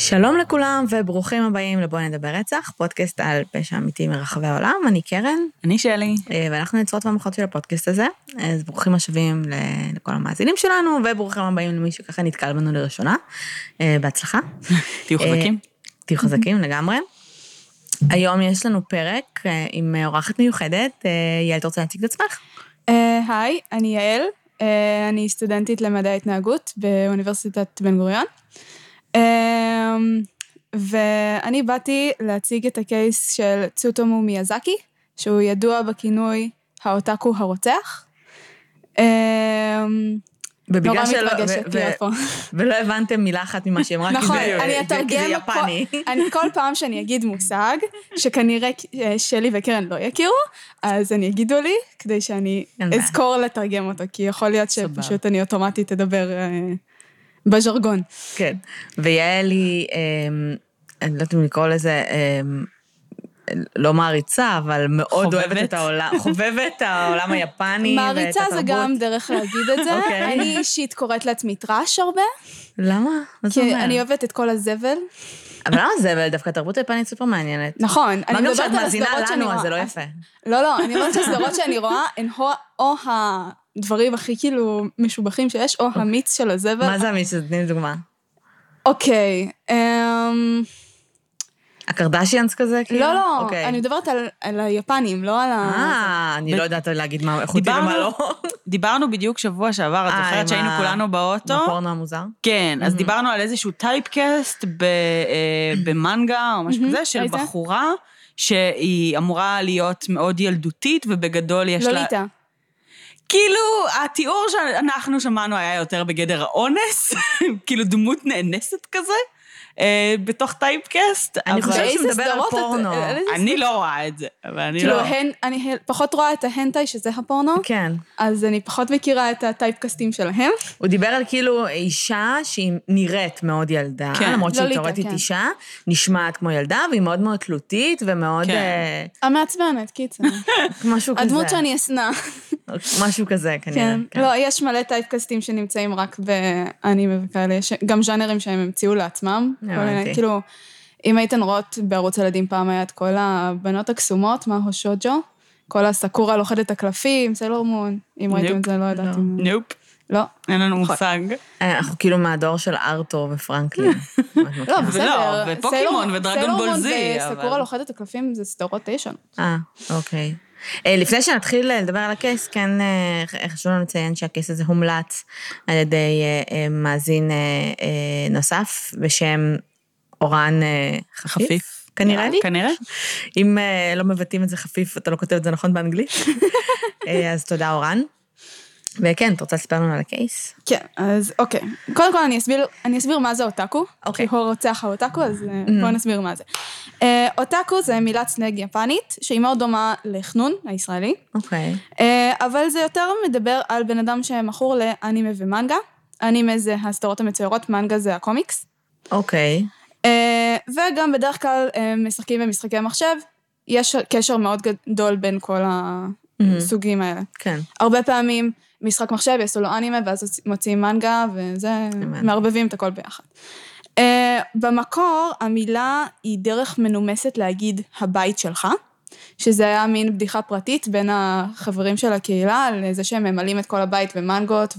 שלום לכולם וברוכים הבאים לבוא נדבר רצח, פודקאסט על פשע אמיתי מרחבי העולם. אני קרן. אני שלי. ואנחנו נצרות במוחות של הפודקאסט הזה, אז ברוכים השבים לכל המאזינים שלנו, וברוכים הבאים למי שככה נתקל בנו לראשונה. בהצלחה. תהיו חזקים. תהיו חזקים לגמרי. היום יש לנו פרק עם אורחת מיוחדת. יעל, אתה רוצה להציג את עצמך? היי, אני יעל. אני סטודנטית למדעי התנהגות באוניברסיטת בן גוריון. ואני באתי להציג את הקייס של צוטומו מיאזקי, שהוא ידוע בכינוי האוטאקו הרוצח. נורא מתרגשת להיות פה. ולא הבנתם מילה אחת ממה שהיא אמרה, נכון, אני אתרגם יפני. כל פעם שאני אגיד מושג, שכנראה שלי וקרן לא יכירו, אז אני אגידו לי, כדי שאני אזכור לתרגם אותו, כי יכול להיות שפשוט אני אוטומטית אדבר בז'רגון. כן, ויעל היא, אני לא יודעת אם לקרוא לזה, לא מעריצה, אבל מאוד אוהבת את העולם, חובבת את העולם היפני. מעריצה זה גם דרך להגיד את זה. אני אישית קוראת לעצמי טראש הרבה. למה? כי אני אוהבת את כל הזבל. אבל למה זבל? דווקא התרבות היפנית סופר מעניינת. נכון. מה גם שאת מאזינה לנו, אז זה לא יפה. לא, אני אומרת שהסדרות שאני רואה, הן או הדברים הכי כאילו משובחים שיש, או המיץ של הזבל. מה זה המיץ? תני לי דוגמה. אוקיי, הקרדשיאנס כזה? לא, אני מדברת על היפנים, לא על אני לא יודעת להגיד מה איכותי ומה לא. דיברנו בדיוק שבוע שעבר, את זוכרת שהיינו כולנו באוטו? בפורנו המוזר? כן, אז דיברנו על איזשהו טייפקאסט במנגה או משהו כזה, של בחורה שהיא אמורה להיות מאוד ילדותית, ובגדול יש לה... לוליטה. כאילו, התיאור שאנחנו שמענו היה יותר בגדר האונס, כאילו דמות נאנסת כזה. בתוך טייפקאסט. אני חושבת שמדבר על פורנו. אני לא רואה את זה, אבל אני כאילו, לא... אני פחות רואה את ההנטאי, שזה הפורנו. כן. אז אני פחות מכירה את הטייפקאסטים שלהם. הוא דיבר על כאילו אישה שהיא נראית מאוד ילדה, למרות שהיא תיאורטית אישה, נשמעת כמו ילדה, והיא מאוד מאוד תלותית, ומאוד... המעצבנת, קיצר. משהו כזה. הדמות שאני אסנה. משהו כזה, כנראה. לא, יש מלא טייפקאסטים שנמצאים רק באנימה וכאלה, גם ז'אנרים שהם המציאו לעצמם. כאילו, אם הייתן רואות בערוץ ילדים פעם היה את כל הבנות הקסומות, מה הושוג'ו, כל הסקורה לוחדת הקלפים, סלור מון, אם ראיתם את זה, לא יודעת אם... נופ. לא. אין לנו מושג. אנחנו כאילו מהדור של ארתור ופרנקלין. לא, בסדר. ופוקימון ודרגון בול זי. סלור מון וסקורה לוחדת הקלפים זה סדרות 9. אוקיי. לפני שנתחיל לדבר על הקייס, כן חשוב לנו לציין שהקייס הזה הומלץ על ידי מאזין נוסף, בשם אורן חפיף, כנראה לי. כנראה. אם לא מבטאים את זה חפיף, אתה לא כותב את זה נכון באנגלית. אז תודה אורן. וכן, אתה רוצה לספר לנו על הקייס? כן, אז אוקיי. קודם כל אני אסביר מה זה אוטאקו, כי הוא רוצח האוטאקו, אז בואו נסביר מה זה. אוטאקו זה מילת סלנג יפנית, שהיא מאוד דומה לחנון, הישראלי. אוקיי. אבל זה יותר מדבר על בן אדם שמכור לאנימה ומנגה. אנימה זה הסדרות המצוירות, מנגה זה הקומיקס. אוקיי. וגם בדרך כלל משחקים במשחקי מחשב, יש קשר מאוד גדול בין כל הסוגים האלה. כן. הרבה פעמים משחק מחשב, יעשו לו אנימה, ואז מוציאים מנגה, וזה, מערבבים את הכל ביחד. במקור, המילה היא דרך מנומסת להגיד הבית שלך, שזה היה מין בדיחה פרטית בין החברים של הקהילה, על זה שהם ממלאים את כל הבית במנגות,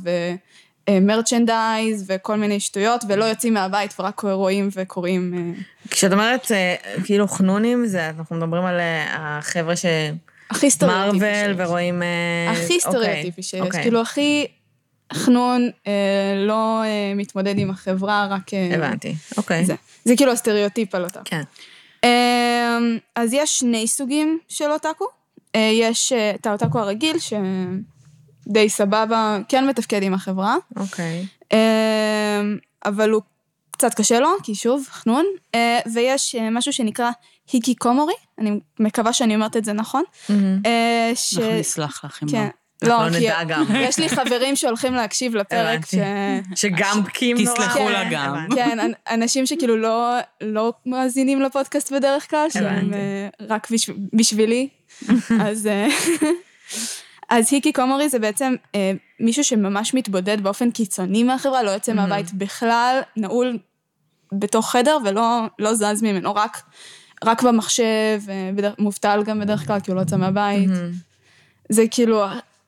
ומרצ'נדייז, וכל מיני שטויות, ולא יוצאים מהבית, ורק רואים וקוראים. כשאת אומרת, כאילו חנונים, אנחנו מדברים על החבר'ה הכי סטריאוטיפי מרוול ורואים... הכי סטריאוטיפי שיש, כאילו הכי חנון, לא מתמודד עם החברה, רק... הבנתי, אוקיי. זה כאילו הסטריאוטיפ על אוטאקו. כן. אז יש שני סוגים של אוטאקו, יש את האוטאקו הרגיל, שדי סבבה, כן מתפקד עם החברה. אוקיי. אבל הוא קצת קשה לו, כי שוב, חנון, ויש משהו שנקרא היקיקומורי, אני מקווה שאני אומרת את זה נכון. אנחנו נסלח לך, אם לא. לא, כי יש לי חברים שהולכים להקשיב לפרק, שגם בקים נורא. תסלחו לה גם. כן, אנשים שכאילו לא מאזינים לפודקאסט בדרך כלל, שהם רק בשבילי. אז היקיקומורי זה בעצם מישהו שממש מתבודד באופן קיצוני מהחברה, לא יוצא מהבית בכלל, נעול בתוך חדר ולא זז ממנו, רק במחשב, מובטל גם בדרך כלל, כי הוא לא יוצא מהבית. זה כאילו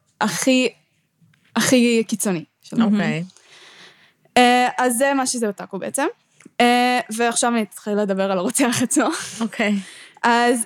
הכי קיצוני. אוקיי. אז זה מה שזה אוטאקו בעצם. ועכשיו אני צריכה לדבר על הרוצח עצמו. אוקיי. אז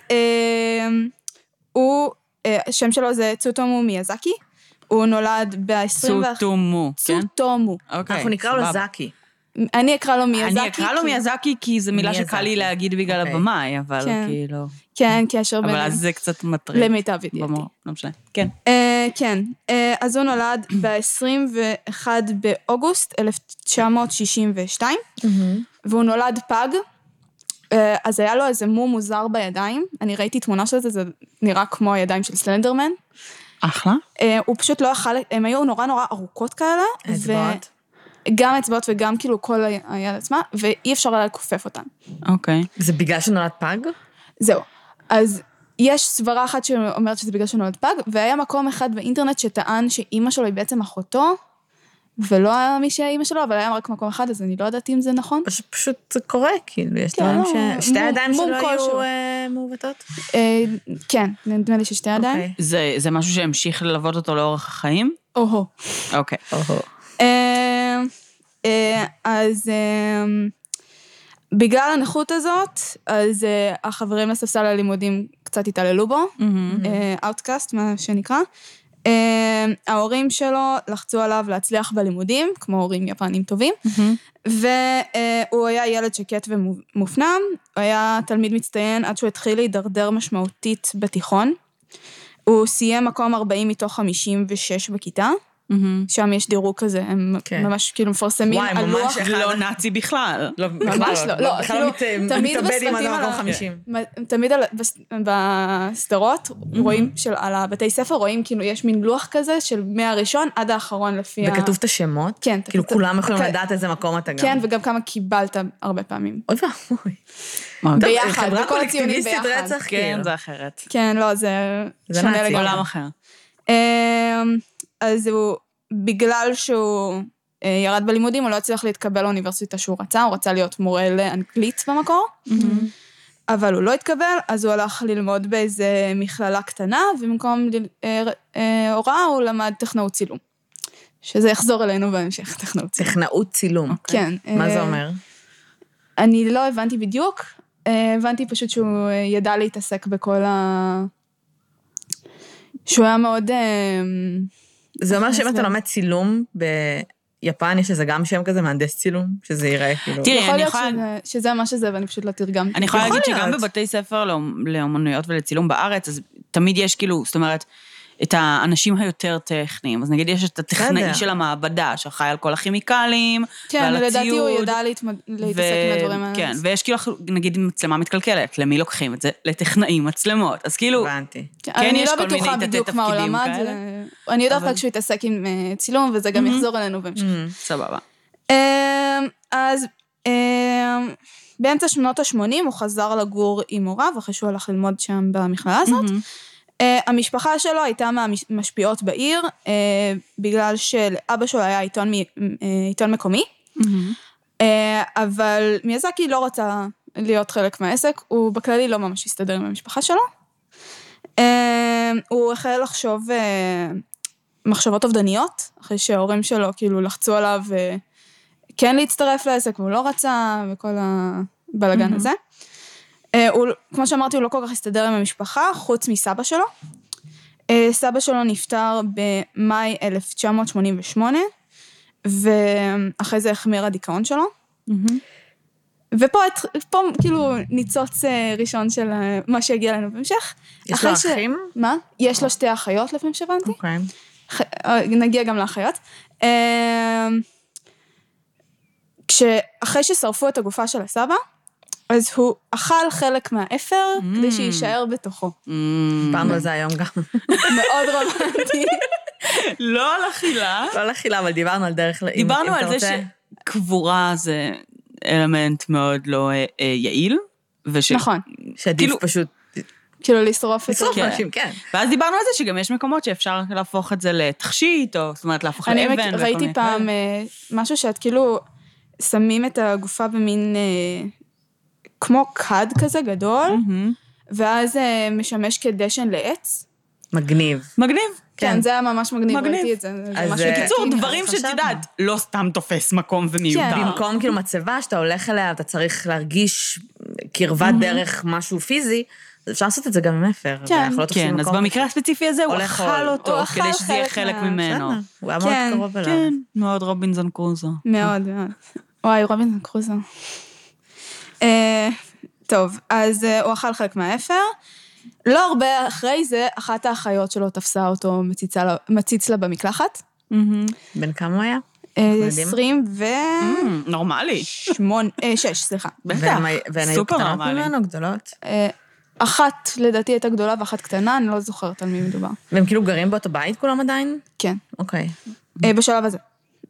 השם שלו זה צוטומו מיאזקי, הוא נולד צוטומו, כן? צוטומו. אנחנו נקרא לו זקי. אני אקרא לו מיאזקי. אני אקרא לו מיאזקי, כי זו מילה שקל לי להגיד בגלל הבמאי, אבל כאילו... כן, קשר בין... אבל אז זה קצת מטריד. למיטב ידיעתי. לא משנה, כן. כן, אז הוא נולד ב-21 באוגוסט 1962, והוא נולד פג, אז היה לו איזה מום מוזר בידיים, אני ראיתי תמונה של זה, זה נראה כמו הידיים של סלנדרמן. אחלה. הוא פשוט לא יכל, הם היו נורא ארוכות כאלה. אצבעות. גם אצבעות וגם כאילו כל היד עצמה, ואי אפשר היה לכופף אותן. אוקיי. זה בגלל שנולד פג? זהו. אז יש סברה אחת שאומרת שזה בגלל שנולד פג, והיה מקום אחד באינטרנט שטען שאימא שלו היא בעצם אחותו, ולא היה מי שהאימא שלו, אבל היה רק מקום אחד, אז אני לא יודעת אם זה נכון. פשוט זה קורה, כאילו, יש דברים ששתי הידיים שלו היו מעוותות? כן, נדמה לי ששתי הידיים. זה משהו שהמשיך ללוות אותו לאורך החיים? או-הו. אוקיי. אז בגלל הנכות הזאת, אז החברים לספסל הלימודים קצת התעללו בו, אאוטקאסט, מה שנקרא. ההורים שלו לחצו עליו להצליח בלימודים, כמו הורים יפנים טובים, והוא היה ילד שקט ומופנם, הוא היה תלמיד מצטיין עד שהוא התחיל להידרדר משמעותית בתיכון, הוא סיים מקום 40 מתוך 56 בכיתה, שם יש דירוג כזה, הם ממש כאילו מפרסמים על לוח. לא נאצי בכלל. ממש לא. בכלל מתאבד עם המקום 50. תמיד בסדרות, רואים, על הבתי ספר, רואים כאילו יש מין לוח כזה, של מהראשון עד האחרון לפי וכתוב את השמות? כן. כאילו כולם יכולים לדעת איזה מקום אתה גם. כן, וגם כמה קיבלת הרבה פעמים. אוי ואוי. ביחד, חברה וכל הציונים קולקטיביסטית ביחד. רצח, כן, זה אחרת. כן, לא, זה שונה לגמרי. עולם אחר. אז הוא, בגלל שהוא ירד בלימודים, הוא לא הצליח להתקבל לאוניברסיטה שהוא רצה, הוא רצה להיות מורה לאנגלית במקור, אבל הוא לא התקבל, אז הוא הלך ללמוד באיזה מכללה קטנה, ובמקום הוראה הוא למד טכנאות צילום. שזה יחזור אלינו בהמשך, טכנאות צילום. טכנאות צילום. כן. מה זה אומר? אני לא הבנתי בדיוק, הבנתי פשוט שהוא ידע להתעסק בכל שהוא היה מאוד... זה אומר שאם אתה לומד צילום ביפן, יש איזה גם שם כזה, מהנדס צילום, שזה ייראה כאילו... תראי, אני יכולה... שזה מה שזה, ואני פשוט לא תרגמתי. אני יכולה להגיד שגם בבתי ספר לאמנויות ולצילום בארץ, אז תמיד יש כאילו, זאת אומרת, את האנשים היותר טכניים, אז נגיד יש את הטכנאי של המעבדה, שאחראי על כל הכימיקלים, ועל הציוד. לדעתי הוא ידע להתעסק עם הדברים האלה. כן, ויש כאילו, נגיד מצלמה מתקלקלת, למי לוקחים את זה? לטכנאים מצלמות, אז כאילו, הבנתי. כן יש כל מיני תפקידים כאלה. אני יודעת רק שהוא יתעסק עם צילום, וזה גם יחזור אלינו בהמשך. סבבה. אז באמצע שנות ה-80 הוא חזר לגור עם הוריו, אחרי שהוא הלך ללמוד שם במכללה הזאת. המשפחה שלו הייתה מהמשפיעות בעיר, בגלל שלאבא שלו היה עיתון מקומי, אבל מיאזקי לא רצה להיות חלק מהעסק, הוא בכללי לא ממש הסתדר עם המשפחה שלו. הוא החל לחשוב מחשבות אובדניות, אחרי שההורים שלו כאילו לחצו עליו כן להצטרף לעסק, והוא לא רצה, וכל הבלגן הזה. כמו שאמרתי, הוא לא כל כך הסתדר עם המשפחה, חוץ מסבא שלו. סבא שלו נפטר במאי 1988, ואחרי זה החמיר הדיכאון שלו. ופה כאילו ניצוץ ראשון של מה שהגיע לנו בהמשך. יש לו אחים? מה? יש לו שתי אחיות לפעמים שהבנתי. אוקיי. נגיע גם לאחיות. אחרי ששרפו את הגופה של הסבא, אז הוא אכל חלק מהאפר, כדי שישאר בתוכו. פעם על זה היום גם. מאוד רומנטי. לא על אכילה. לא על אכילה, אבל דיברנו על דרך... דיברנו על זה שקבורה זה אלמנט מאוד לא יעיל. נכון. שעדיף פשוט... כאילו לשרוף את זה. לשרוף אנשים, כן. ואז דיברנו על זה שגם יש מקומות שאפשר להפוך את זה לתכשיט, או זאת אומרת להפוך לאבן. אני ראיתי פעם משהו שאת כאילו... שמים את הגופה במין, כמו קד כזה גדול, ואז משמש כדשן לעץ. מגניב. מגניב. כן, זה היה ממש מגניב, ראיתי את זה. בקיצור, דברים שאת יודעת, לא סתם תופס מקום ומיותר. במקום כאילו מצבה, שאתה הולך אליה, אתה צריך להרגיש קרבת דרך משהו פיזי, אפשר לעשות את זה גם עם אפר. כן, אז במקרה הספציפי הזה הוא אכל אותו, כדי שזה יהיה חלק ממנו. הוא היה מאוד קרוב אליו. כן, מאוד רובינזון קרוזו. מאוד, מאוד. וואי, רובינזון קרוזו. טוב, אז הוא אכל חלק מהאפר. לא הרבה אחרי זה, אחת האחיות שלו תפסה אותו מציץ לה במקלחת. בן כמה הוא היה? 26, סליחה. בטח, והן היו קטנות ממנו, גדולות? אחת, לדעתי, הייתה גדולה ואחת קטנה, אני לא זוכרת על מי מדובר. והם כאילו גרים באותו בית כולם עדיין? כן. אוקיי. בשלב הזה.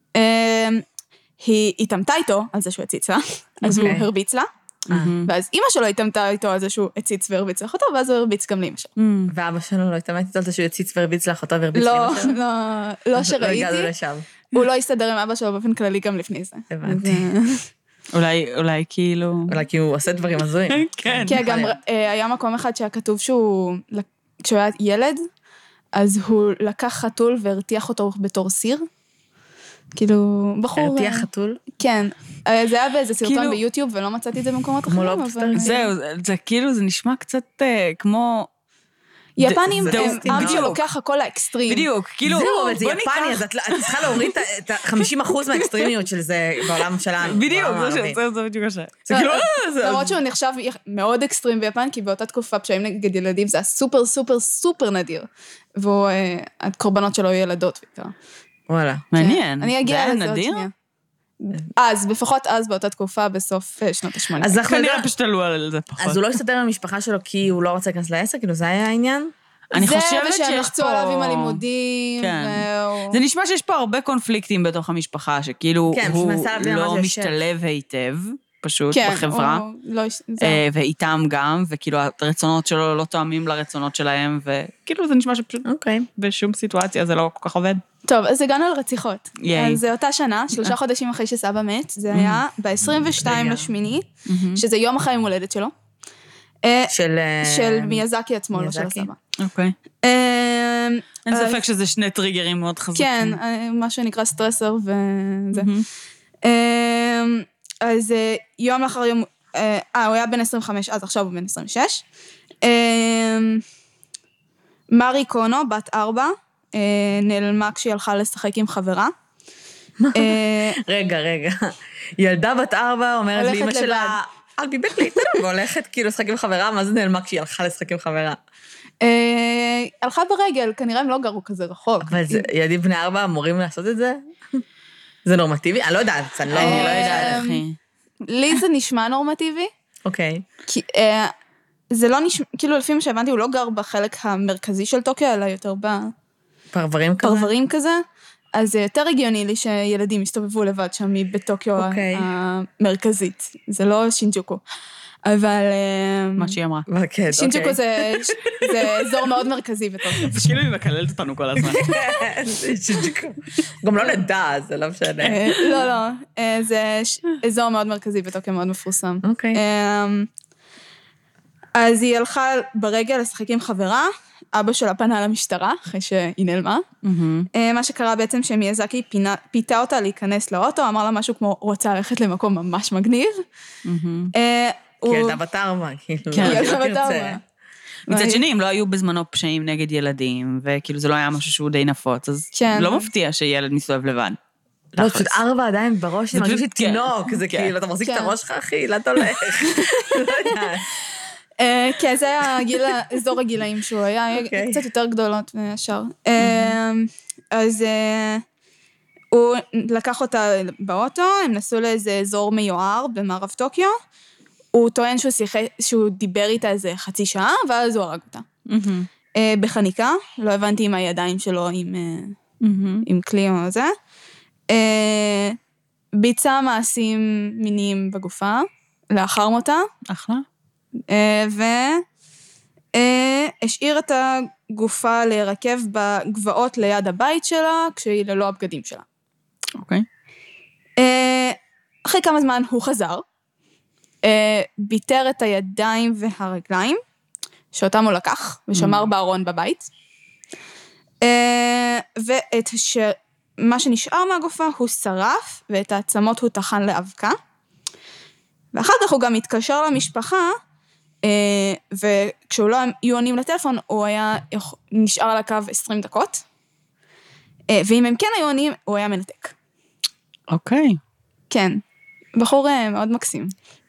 היא התאמתה איתו על זה שהוא הציץ לה, אז הוא הרביץ לה, ואז אמא שלו התאמתה איתו על זה שהוא הציץ והרביץ לאחותו, ואז הוא הרביץ גם לאמא שלו. ואבא שלו לא התאמת איתו על זה שהוא הציץ והרביץ לאחותו והרביץ לאמא שלו? לא שראיתי. לא הגענו לשם. הוא לא הסתדר עם אבא שלו באופן כללי גם לפני זה. הבנתי. אולי כאילו... אולי כי הוא עושה דברים הזויים. כן. כן, גם היה מקום אחד שהיה כתוב כשהוא היה ילד, אז הוא לקח חתול והרתיח אותו בתור סיר. כאילו, בחור... הרתיח חתול? כן. זה היה באיזה סרטון ביוטיוב, ולא מצאתי את זה במקומות אחרים, אבל... זהו, זה כאילו, זה נשמע קצת כמו... יפנים הם עם שלוקח הכל לאקסטרים. בדיוק, כאילו... זהו, אבל זה יפני, אז את צריכה להוריד את 50% מהאקסטרימיות של זה בעולם שלנו. בדיוק, זה בדיוק קשה. למרות שהוא נחשב מאוד אקסטרים ביפן, כי באותה תקופה פשעים נגד ילדים זה היה סופר סופר סופר נדיר. והקורבנות שלו היו ילדות בעיקר. וואלה. מעניין. אני אגיע לזה עוד שנייה. אז, לפחות אז באותה תקופה בסוף שנות ה-80. אז כנראה פשוט עלו על זה פחות. אז הוא לא הסתדר עם המשפחה שלו כי הוא לא רוצה להיכנס לעסק, כאילו זה היה העניין? אני חושבת שהם לחצו עליו עם הלימודים. זה נשמע שיש פה הרבה קונפליקטים בתוך המשפחה, שכאילו הוא לא משתלב היטב, פשוט בחברה, ואיתם גם, וכאילו הרצונות שלו לא תואמים לרצונות שלהם, וכאילו זה נשמע שפשוט בשום סיטואציה זה לא כל כך עובד. טוב, אז הגענו לרציחות. אז זה אותה שנה, 3 חודשים אחרי שסבא מת, זה היה ב-22/8, שזה יום אחרי הולדת שלו. של מיאזקי עצמו, לא של הסבא. אוקיי. אין ספק שזה 2 טריגרים מאוד חזקים. כן, מה שנקרא סטרסר וזה. אז יום לאחר יום, הוא היה בן 25, אז עכשיו הוא בן 26. מרי קונו, בת 4, נעלמה כשהיא הלכה לשחק עם חברה. רגע. ילדה בת 4 אומרת לאמא שלה, אל ביבק לי, והולכת כאילו לשחק עם חברה, מה זה נעלמה כשהיא הלכה לשחק עם חברה? הלכה ברגל, כנראה הם לא גרו כזה רחוק. אבל ילדים בני 4 אמורים לעשות את זה? זה נורמטיבי? אני לא יודעת, אני לא יודעת, אחי. לי זה נשמע נורמטיבי. אוקיי. זה לא נשמע, כאילו לפי מה שהבנתי, הוא לא גר בחלק המרכזי של טוקיו, אלא יותר פרברים כזה. אז זה יותר הגיוני לי שילדים יסתובבו לבד שם בטוקיו המרכזית. זה לא שינג'וקו. אבל... מה שהיא אמרה. שינג'וקו זה אזור מאוד מרכזי בטוקיו. זה כאילו היא מקללת אותנו כל הזמן. שינג'וקו. גם לא נדע, זה לא משנה. לא. זה אזור מאוד מרכזי בטוקיו, מאוד מפורסם. אוקיי. אז היא הלכה ברגל לשחק עם חברה, אבא שלה פנה למשטרה, אחרי שהיא נעלמה. מה שקרה בעצם שמיאזקי פיתה אותה להיכנס לאוטו, אמר לה משהו כמו, רוצה ללכת למקום ממש מגניב. כי ילדה בת 4, כאילו. כן, ילדה בת 4. מצד שני, אם לא היו בזמנו פשעים נגד ילדים, וכאילו זה לא היה משהו שהוא די נפוץ, אז לא מפתיע שילד מסתובב לבד. לא, פשוט 4 עדיין בראש, זה מרגיש תינוק, זה כאילו, אתה מחזיק את הראש שלך, אחי, לאן אתה הולך? לא יודעת. כן, זה היה אזור הגילאים שהוא היה, קצת יותר גדולות מהשאר. אז הוא לקח אותה באוטו, הם נסעו לאיזה אזור מיוער במערב טוקיו, הוא טוען שהוא דיבר איתה איזה חצי שעה, ואז הוא הרג אותה. בחניקה, לא הבנתי עם הידיים שלו, עם כלי או זה. ביצע מעשים מיניים בגופה, לאחר מותה. אחלה. והשאיר את הגופה להירקב בגבעות ליד הבית שלה, כשהיא ללא הבגדים שלה. אוקיי. אחרי כמה זמן הוא חזר, ביטר את הידיים והרגליים, שאותם הוא לקח, ושמר בארון בבית, ואת מה שנשאר מהגופה הוא שרף, ואת העצמות הוא תחן לאבקה, ואחר כך הוא גם התקשר למשפחה, וכשהוא לא היו עונים לטלפון, הוא היה נשאר על הקו 20 דקות, ואם הם כן היו עונים, הוא היה מנתק. אוקיי. כן, בחור מאוד מקסים.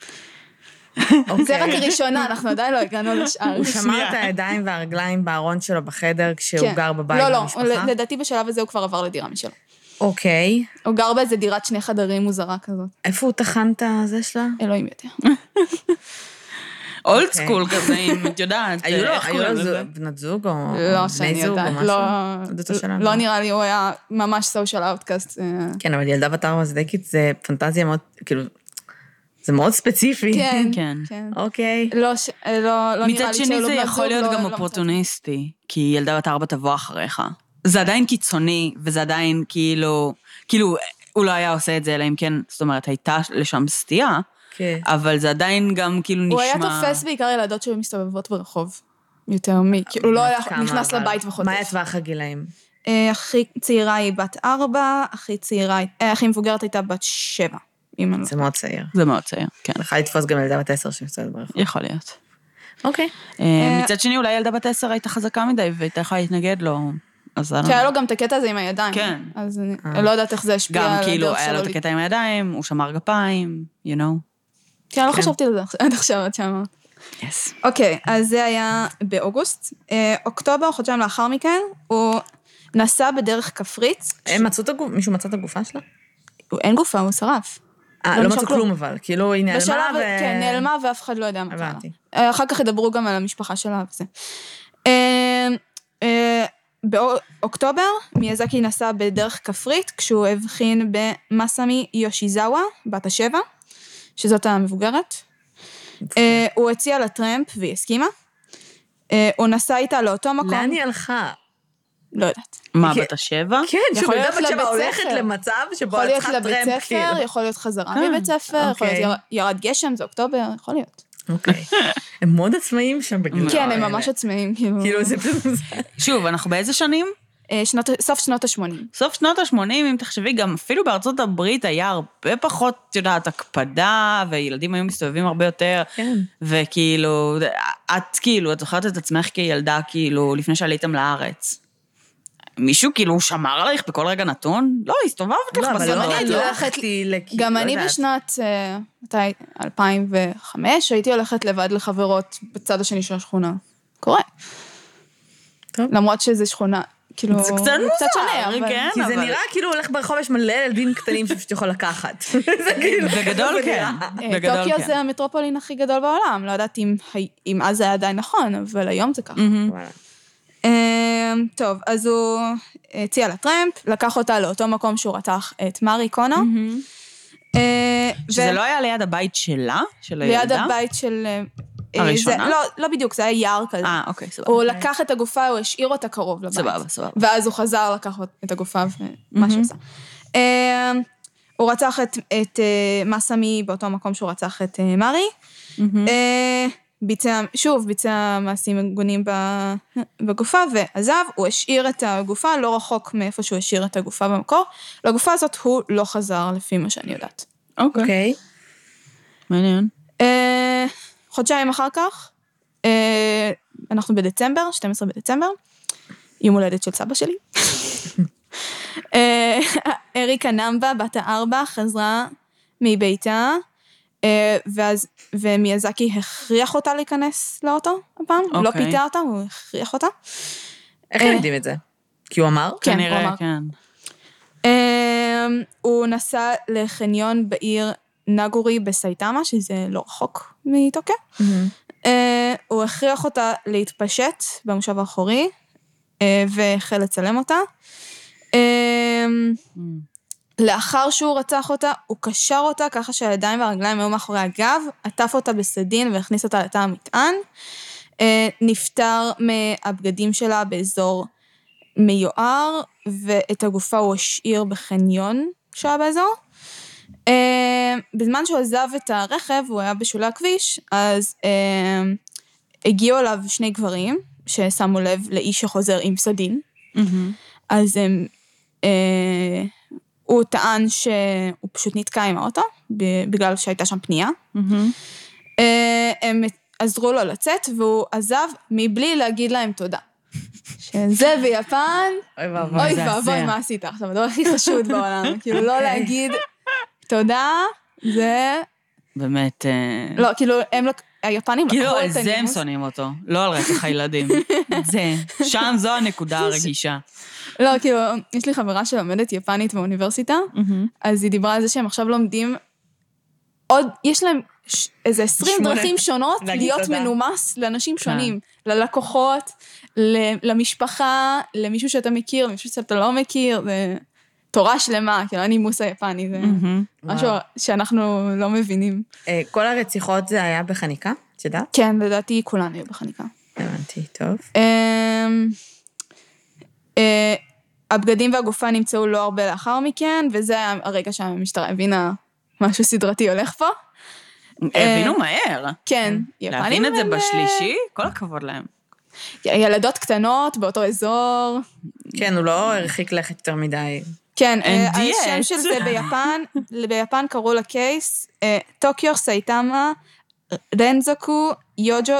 זה רק הראשונה, אנחנו עדיין לא הגענו לשאר. הוא שמר את הידיים והרגליים בארון שלו בחדר, כשהוא גר בבית במשפחה? לא, לדעתי בשלב הזה הוא כבר עבר לדירה משלו. אוקיי. הוא גר באיזה דירת 2 חדרים מוזרה כזאת. איפה הוא תחן את הזה שלה? אלוהים יודע. אולד סקול כזה, אם את יודעת. היו לו בנות זוג או בני זוג או משהו? לא נראה לי, הוא היה ממש סושיאל אאוטקאסט. כן, אבל ילדה בת 4 זה פנטזיה מאוד, כאילו, זה מאוד ספציפי. כן. אוקיי. לא נראה לי מצד שני זה יכול להיות גם אופורטוניסטי, כי ילדה בת 4 תבוא אחריך. זה עדיין קיצוני, וזה עדיין כאילו, הוא לא היה עושה את זה, אלא אם כן, זאת אומרת, הייתה לשם סטייה, אבל זה עדיין גם כאילו נשמע... הוא היה תופס בעיקר ילדות שהיו מסתובבות ברחוב, יותר כאילו לא היה נכנס לבית וחוטף. מה היה טווח הגילאים? הכי צעירה היא בת 4, הכי מבוגרת הייתה בת 7. זה מאוד צעיר. זה מאוד צעיר, כן. יכולה לתפוס גם ילדה בת 10 שמסתובבת ברחוב. יכול להיות. אוקיי. מצד שני, אולי ילדה בת 10 הייתה חזקה מדי, והייתה יכולה להתנגד לו. שהיה לו גם את הקטע הזה עם הידיים. כן. אז אני לא יודעת איך זה השפיע על הדרך שלו. גם כאילו, היה לו את הקטע עם הידיים, הוא שמר גפיים, you know. כן, לא חשבתי על זה עד עכשיו, עד שאמרת. Yes. אוקיי, אז זה היה באוגוסט. אוקטובר, חודשיים לאחר מכן, הוא נסע בדרך כפרית. מישהו מצא את הגופה שלה? אין גופה, הוא שרף. לא מצא כלום אבל, כאילו היא נעלמה כן, נעלמה ואף אחד לא יודע מה קרה. הבנתי. אחר כך ידברו גם על המשפחה שלה וזה. באוקטובר, מיאזקי נסע בדרך כפרית, כשהוא הבחין במסמי יושיזאווה, בת 7, שזאת המבוגרת. הוא הציע לטרמפ והיא הסכימה. הוא נסע איתה לאותו מקום. לאן היא הלכה? לא יודעת. מה, בת 7? כן, שבילדה בת 7 הולכת למצב שבו את צריכה טרמפ. יכול להיות לבית ספר, יכול להיות חזרה מבית ספר, יכול להיות ירד גשם, זה אוקטובר, יכול להיות. אוקיי. הם מאוד עצמאיים שם בגלל. כן, הם ממש עצמאיים. כאילו זה פשוט... שוב, אנחנו באיזה שנים? סוף שנות ה-80. סוף שנות ה-80, אם תחשבי, גם אפילו בארצות הברית היה הרבה פחות, יודעת, הקפדה, וילדים היו מסתובבים הרבה יותר, וכאילו, את זוכרת את עצמך כילדה, כאילו, לפני שעליתם לארץ. מישהו כאילו שמר עלייך בכל רגע נתון? לא, הסתובבת לך בשדות. גם אני בשנת 2005, הייתי הולכת לבד לחברות בצד השני של השכונה. קורה. למרות שזה שכונה, כאילו... זה קצת שונה, אבל... כי זה נראה כאילו הולך ברחוב, יש מלא ילדים קטנים שפשוט יכול לקחת. בגדול כן. טוקיו זה המטרופולין הכי גדול בעולם. לא יודעת אם אז זה היה עדיין נכון, אבל היום זה ככה. טוב, אז הוא הציע לטרמפ, לקח אותה לאותו מקום שהוא רתח את מארי קונו. שזה לא היה ליד הבית שלה? ליד הבית של... הראשונה? לא בדיוק, זה היה יער כזה. אוקיי, סבבה. הוא לקח את הגופה, הוא השאיר אותה קרוב לבית. סבבה. ואז הוא חזר לקח את הגופה ומה שעשה. הוא רצח את מסמי באותו מקום שהוא רצח את מארי. ביצע מעשים מגונים בגופה ועזב, הוא השאיר את הגופה לא רחוק מאיפה שהוא השאיר את הגופה במקור. לגופה הזאת הוא לא חזר לפי מה שאני יודעת. אוקיי. מעניין. חודשיים אחר כך, אנחנו בדצמבר, 12 בדצמבר, יום הולדת של סבא שלי. אריקה נמבה, בת 4, חזרה מביתה, ומיאזקי הכריח אותה להיכנס לאוטו הפעם, לא פיתה אותה, הוא הכריח אותה. איך הם יודעים את זה? כי הוא אמר? כן, הוא אמר. הוא נסע לחניון בעיר נגורי בסייטמה, שזה לא רחוק מטוקיו. הוא הכריח אותה להתפשט במושב האחורי, והחל לצלם אותה. לאחר שהוא רצח אותה, הוא קשר אותה ככה שהידיים והרגליים היו מאחורי הגב, עטף אותה בסדין והכניס אותה לתא המטען, נפטר מהבגדים שלה באזור מיוער, ואת הגופה הוא השאיר בחניון שהיה באזור. בזמן שהוא עזב את הרכב, הוא היה בשולי הכביש, אז הגיעו אליו שני גברים, ששמו לב לאיש שחוזר עם סדין. אז הוא טען שהוא פשוט נתקע עם האוטו, בגלל שהייתה שם פנייה. הם עזרו לו לצאת, והוא עזב מבלי להגיד להם תודה. שזה ביפן, אוי ואבוי, מה עשית עכשיו? הדבר הכי חשוד בעולם, כאילו לא להגיד תודה, זה... באמת... לא, כאילו, היפנים לקחו את הנימוס. כאילו, על זה הם שונאים אותו, לא על רצח הילדים. זה, שם זו הנקודה הרגישה. לא, כאילו, יש לי חברה שלומדת יפנית באוניברסיטה, אז היא דיברה על זה שהם עכשיו לומדים עוד, יש להם איזה 20 דרכים שונות להיות מנומס לאנשים שונים, ללקוחות, למשפחה, למישהו שאתה מכיר, למישהו שאתה לא מכיר, זה תורה שלמה, כאילו הנימוס היפני, זה משהו שאנחנו לא מבינים. כל הרציחות זה היה בחניקה, את יודעת? כן, לדעתי כולן היו בחניקה. הבנתי, טוב. הבגדים והגופה נמצאו לא הרבה לאחר מכן, וזה היה הרגע שהמשטרה הבינה משהו סדרתי הולך פה. הבינו מהר. כן. להבין את זה בשלישי, כל הכבוד להם. ילדות קטנות באותו אזור. כן, הוא לא הרחיק לכת יותר מדי. כן, השם של זה ביפן קראו לקייס, טוקיו סייטאמה, רנזוקו, יוג'ו,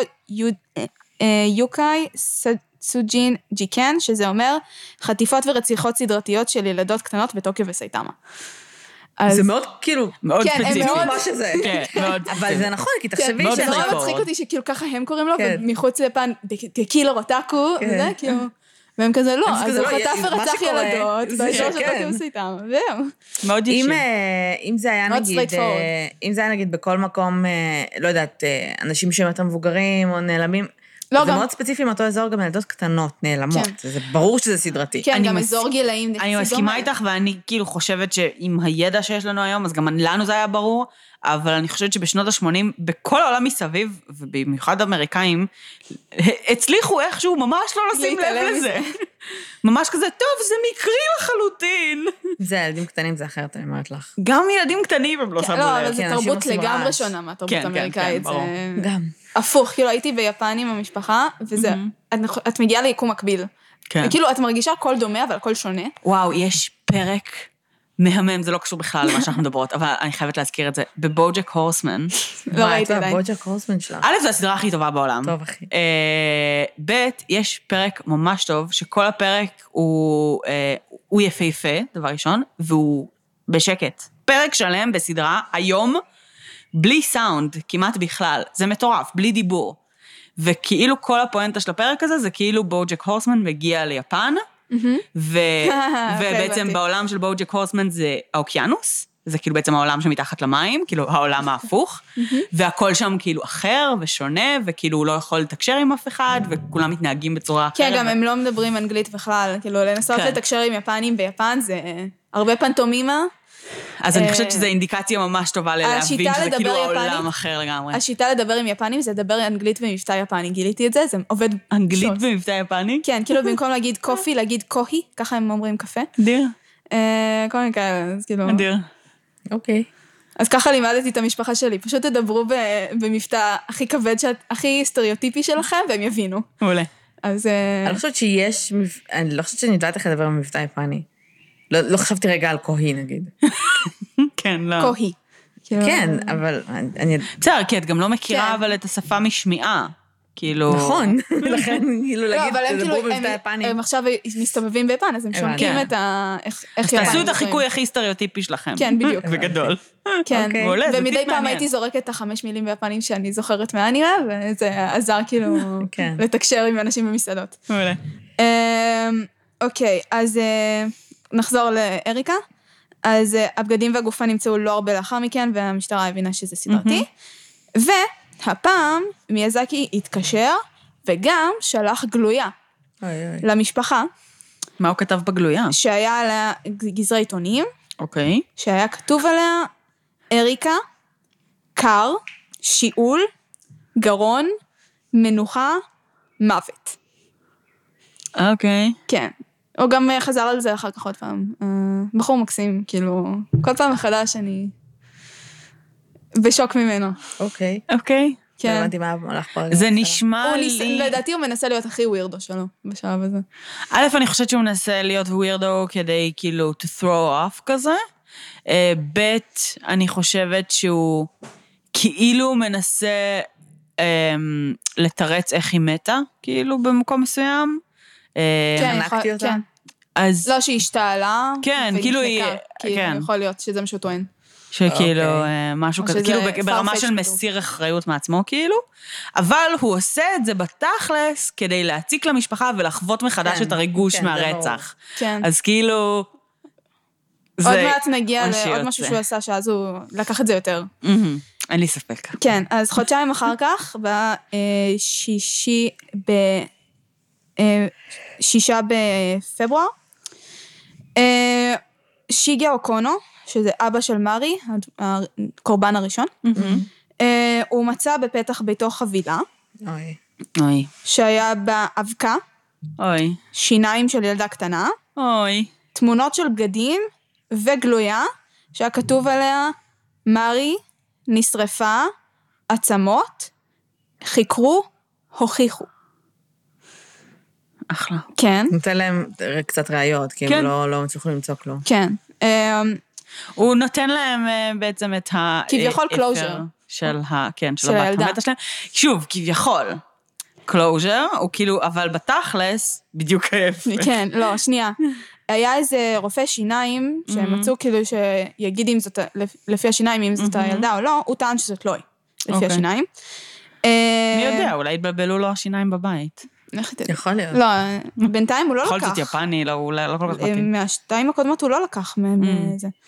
יוקאי, סוג'ין ג'יקן, שזה אומר חטיפות ורציחות סדרתיות של ילדות קטנות בטוקיו וסייטאמה. זה מאוד כאילו, מאוד ספציפי. מה שזה. אבל זה נכון, כי תחשבי שזה נורא מצחיק אותי שכאילו ככה הם קוראים לו, ומחוץ לפן, קילר אוטאקו, וזה כאילו, והם כזה לא, אז הוא חטף ורצח ילדות, באזור של טוקיו וסייטאמה, זהו. מאוד ישיר. אם זה היה נגיד בכל מקום, לא יודעת, אנשים שהם יותר מבוגרים או נעלמים, זה מאוד ספציפי מאותו אזור, גם ילדות קטנות נעלמות, זה ברור שזה סדרתי. כן, גם אזור גילאים. אני מסכימה איתך, ואני כאילו חושבת שעם הידע שיש לנו היום, אז גם לנו זה היה ברור, אבל אני חושבת שבשנות ה-80, בכל העולם מסביב, ובמיוחד האמריקאים, הצליחו איכשהו ממש לא לשים לב לזה. ממש כזה, טוב, זה מקרי לחלוטין. זה ילדים קטנים, זה אחרת, אני אומרת לך. גם ילדים קטנים הם לא שמו לב. לא, אבל זה תרבות לגמרי שונה מהתרבות האמריקאית. גם. הפוך, כאילו הייתי ביפן עם המשפחה, וזה, את מגיעה ליקום מקביל. כאילו, את מרגישה הכל דומה, אבל הכל שונה. וואו, יש פרק מהמם, זה לא קשור בכלל למה שאנחנו מדברות, אבל אני חייבת להזכיר את זה. בבוג'ק הורסמן. לא ראיתי עדיין. בבוג'ק הורסמן שלך. א', זו הסדרה הכי טובה בעולם. טוב, אחי. ב', יש פרק ממש טוב, שכל הפרק הוא יפהפה, דבר ראשון, והוא בשקט. פרק שלם בסדרה, היום, בלי סאונד, כמעט בכלל. זה מטורף, בלי דיבור. וכאילו כל הפואנטה של הפרק הזה, זה כאילו בוג'ק הורסמן מגיע ליפן, ובעצם בעולם של בוג'ק הורסמן זה האוקיינוס, זה כאילו בעצם העולם שמתחת למים, כאילו העולם ההפוך, והכל שם כאילו אחר ושונה, וכאילו הוא לא יכול לתקשר עם אף אחד, וכולם מתנהגים בצורה אחרת. כן, גם הם לא מדברים אנגלית בכלל, כאילו לנסות לתקשר עם יפנים ביפן, זה הרבה פנטומימה. אז אני חושבת שזו אינדיקציה ממש טובה להבין שזה כאילו העולם אחר לגמרי. השיטה לדבר עם יפנים זה לדבר אנגלית במבטא יפני, גיליתי את זה, זה עובד שוט. אנגלית במבטא יפני? כן, כאילו במקום להגיד קופי, להגיד קוהי, ככה הם אומרים קפה. אדיר. כל מיני כאלה, אז כאילו... אדיר. אוקיי. אז ככה לימדתי את המשפחה שלי, פשוט תדברו במבטא הכי כבד, הכי סטריאוטיפי שלכם, והם יבינו. מעולה. אז... אני לא חושבת שאני יודעת איך לדבר במבטא יפני. לא חשבתי רגע על קוהי, נגיד. כן, לא. קוהי. כן, אבל אני... בסדר, כי את גם לא מכירה אבל את השפה משמיעה. כאילו... נכון, לכן כאילו להגיד, תדברו במבטא יפני. הם עכשיו מסתובבים ביפן, אז הם שומעים את איך יפנים. תעשו את החיקוי הכי סטריאוטיפי שלכם. כן, בדיוק. וגדול. כן, ומדי פעם הייתי זורקת את 5 מילים ביפנים שאני זוכרת מהאנימה, וזה עזר כאילו לתקשר עם אנשים במסעדות. מעולה. אוקיי, אז נחזור לאריקה. אז הבגדים והגופה נמצאו לא הרבה לאחר מכן, והמשטרה הבינה שזה סדרתי. והפעם מיאזקי התקשר, וגם שלח גלויה למשפחה. מה הוא כתב בגלויה? שהיה עליה גזרי עיתונים. אוקיי. שהיה כתוב עליה אריקה, קר, שיעול, גרון, מנוחה, מוות. אוקיי. כן. הוא גם חזר על זה אחר כך עוד פעם. בחור מקסים, כאילו, כל פעם מחדש אני בשוק ממנו. אוקיי. אוקיי. כן. לא הבנתי מה הולך פה. זה נשמע לי... לדעתי הוא מנסה להיות הכי ווירדו שלו, בשלב הזה. א', אני חושבת שהוא מנסה להיות ווירדו כדי כאילו to throw off כזה. ב', אני חושבת שהוא כאילו מנסה לתרץ איך היא מתה, כאילו במקום מסוים. ענקתי אותה. אז... לא, שהיא השתעלה. כן, כאילו היא... כן. יכול להיות שזה מה שהוא טוען. שכאילו משהו כזה, כאילו ברמה של מסיר אחריות מעצמו, כאילו. אבל הוא עושה את זה בתכלס כדי להציק למשפחה ולחוות מחדש את הריגוש מהרצח. אז כאילו... עוד מעט נגיע לעוד משהו שהוא עשה, שאז הוא לקח את זה יותר. אין לי ספק. כן, אז חודשיים אחר כך, ב6 בפברואר, שיגה אוקונו, שזה אבא של מארי, הקורבן הראשון, הוא מצא בפתח ביתו חבילה, שהיה באבקה, שיניים של ילדה קטנה, תמונות של בגדים, וגלויה, שהיה כתוב עליה, מארי נשרפה, עצמות, חיקרו, הוכיחו. אחלה. כן. נותן להם קצת ראיות, כי הם לא מצליחו למצוא כלום. כן. הוא נותן להם בעצם את כביכול קלוז'ר. של הבת המתה שלהם. שוב, כביכול. קלוז'ר, הוא כאילו, אבל בתכלס, בדיוק ההפך. כן, לא, שנייה. היה איזה רופא שיניים, שהם מצאו כאילו שיגיד אם זאת, לפי השיניים, אם זאת הילדה או לא, הוא טען שזאת לא היא, לפי השיניים. מי יודע, אולי התבלבלו לו השיניים בבית. יכול להיות. לא, בינתיים הוא לא לקח. יכול זאת יפני, לא כל כך בטי. מהשתיים הקודמות הוא לא לקח מהם זה.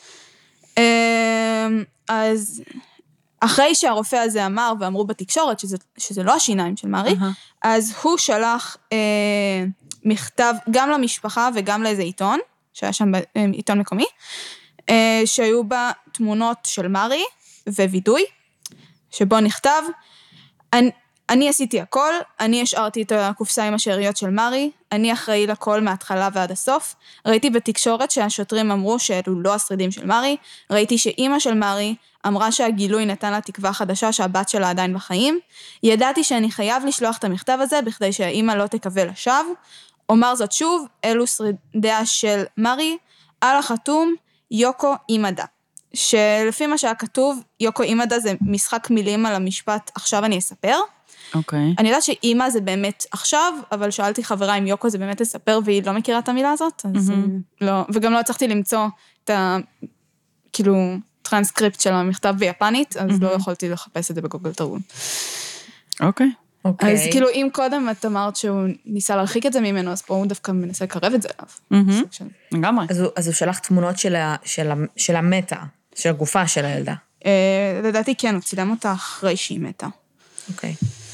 אז אחרי שהרופא הזה אמר, ואמרו בתקשורת שזה לא השיניים של מארי, אז הוא שלח מכתב גם למשפחה וגם לאיזה עיתון, שהיה שם עיתון מקומי, שהיו בה תמונות של מארי ווידוי, שבו נכתב, אני עשיתי הכל, אני השארתי את הקופסה עם השאריות של מארי, אני אחראי לכל מההתחלה ועד הסוף, ראיתי בתקשורת שהשוטרים אמרו שאלו לא השרידים של מארי, ראיתי שאימא של מארי אמרה שהגילוי נתן לה תקווה חדשה שהבת שלה עדיין בחיים, ידעתי שאני חייב לשלוח את המכתב הזה בכדי שהאימא לא תקווה לשווא, אומר זאת שוב, אלו שרידיה של מארי, על החתום יוקו אימדה. שלפי מה שהיה כתוב, יוקו אימדה זה משחק מילים על המשפט, עכשיו אני אספר. אוקיי. אני יודעת שאימא זה באמת עכשיו, אבל שאלתי חברה אם יוקו זה באמת לספר, והיא לא מכירה את המילה הזאת, אז לא, וגם לא הצלחתי למצוא את כאילו, טרנסקריפט של המכתב ביפנית, אז לא יכולתי לחפש את זה בגוגל תרגום. אוקיי. אז כאילו, אם קודם את אמרת שהוא ניסה להרחיק את זה ממנו, אז פה הוא דווקא מנסה לקרב את זה אליו. לגמרי. אז הוא שלח תמונות של המתה, של הגופה של הילדה. לדעתי כן, הוא צילם אותה אחרי שהיא מתה. אוקיי.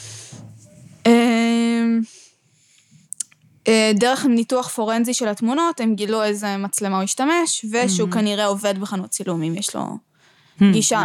דרך ניתוח פורנזי של התמונות, הם גילו איזה מצלמה הוא השתמש, ושהוא כנראה עובד בחנות צילומים, יש לו גישה.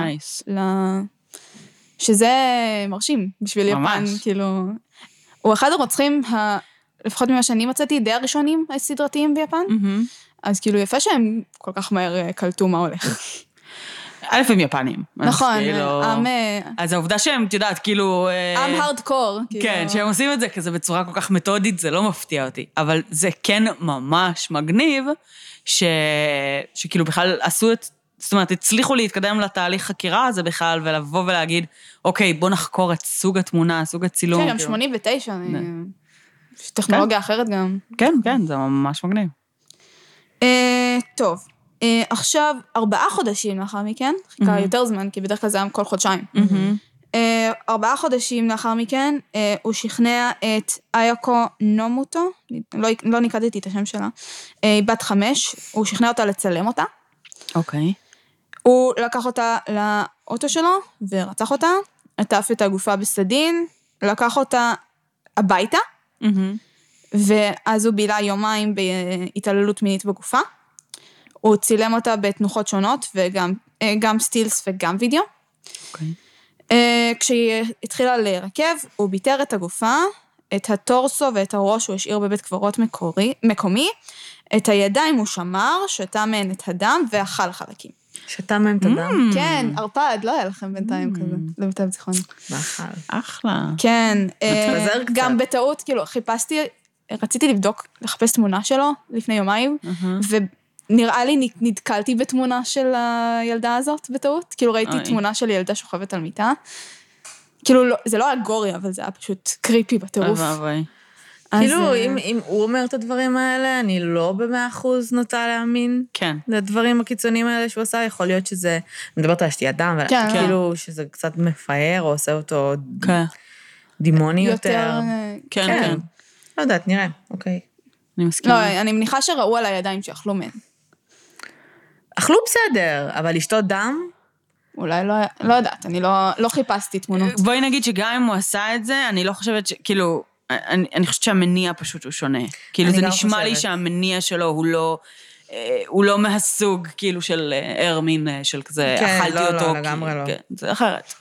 שזה מרשים בשביל יפן, כאילו... הוא אחד הרוצחים, לפחות ממה שאני מצאתי, די הראשונים הסדרתיים ביפן, אז כאילו יפה שהם כל כך מהר קלטו מה הולך. א' הם יפנים. נכון, אז העובדה שהם, את יודעת, כאילו... עם הארדקור. כן, שהם עושים את זה כזה בצורה כל כך מתודית, זה לא מפתיע אותי. אבל זה כן ממש מגניב, שכאילו בכלל עשו את... זאת אומרת, הצליחו להתקדם לתהליך חקירה הזה בכלל, ולבוא ולהגיד, אוקיי, בוא נחקור את סוג התמונה, סוג הצילום. כן, גם 89, יש טכנולוגיה אחרת גם. כן, כן, זה ממש מגניב. טוב. עכשיו, 4 חודשים לאחר מכן, חיכה יותר זמן, כי בדרך כלל זה היה כל חודשיים. 4 חודשים לאחר מכן, הוא שכנע את אייקו נומוטו, לא נקדתי את השם שלה, בת 5, הוא שכנע אותה לצלם אותה. אוקיי. הוא לקח אותה לאוטו שלו, ורצח אותה, עטף את הגופה בסדין, לקח אותה הביתה, ואז הוא בילה יומיים בהתעללות מינית בגופה, הוא צילם אותה בתנוחות שונות, וגם סטילס וגם וידאו. כשהיא התחילה להירקב, הוא ביטר את הגופה, את הטורסו ואת הראש הוא השאיר בבית קברות מקומי, את הידיים הוא שמר, שתה מהן את הדם ואכל חלקים. שתה מהם את הדם. כן, ערפד, לא היה לכם בינתיים כזה, למיטב זיכרוני. אחלה. כן, מתפזר קצת. גם בטעות, כאילו, רציתי לבדוק, לחפש תמונה שלו לפני יומיים, ונראה לי נתקלתי בתמונה של הילדה הזאת בטעות, כאילו ראיתי תמונה של ילדה שוכבת על מיטה, כאילו זה לא היה גורי, אבל זה היה פשוט קריפי בטירוף. כאילו, אם הוא אומר את הדברים האלה, אני לא ב100% נוטה להאמין. כן. לדברים הקיצוניים האלה שהוא עשה, יכול להיות שזה, מדברת על שתיית דם, כאילו שזה קצת מפאר, או עושה אותו דימוני יותר. כן, כן. לא יודעת, נראה, אוקיי. אני מסכימה. לא, אני מניחה שראו על הידיים שאכלו מהן. אכלו בסדר, אבל לשתות דם? אולי לא יודעת, אני לא חיפשתי תמונות. בואי נגיד שגם אם הוא עשה את זה, אני לא חושבת כאילו, אני חושבת שהמניע פשוט הוא שונה. כאילו זה נשמע לי שהמניע שלו הוא לא מהסוג כאילו של מין של כזה, אכלתי אותו. כן, לא, לגמרי לא. זה אחרת.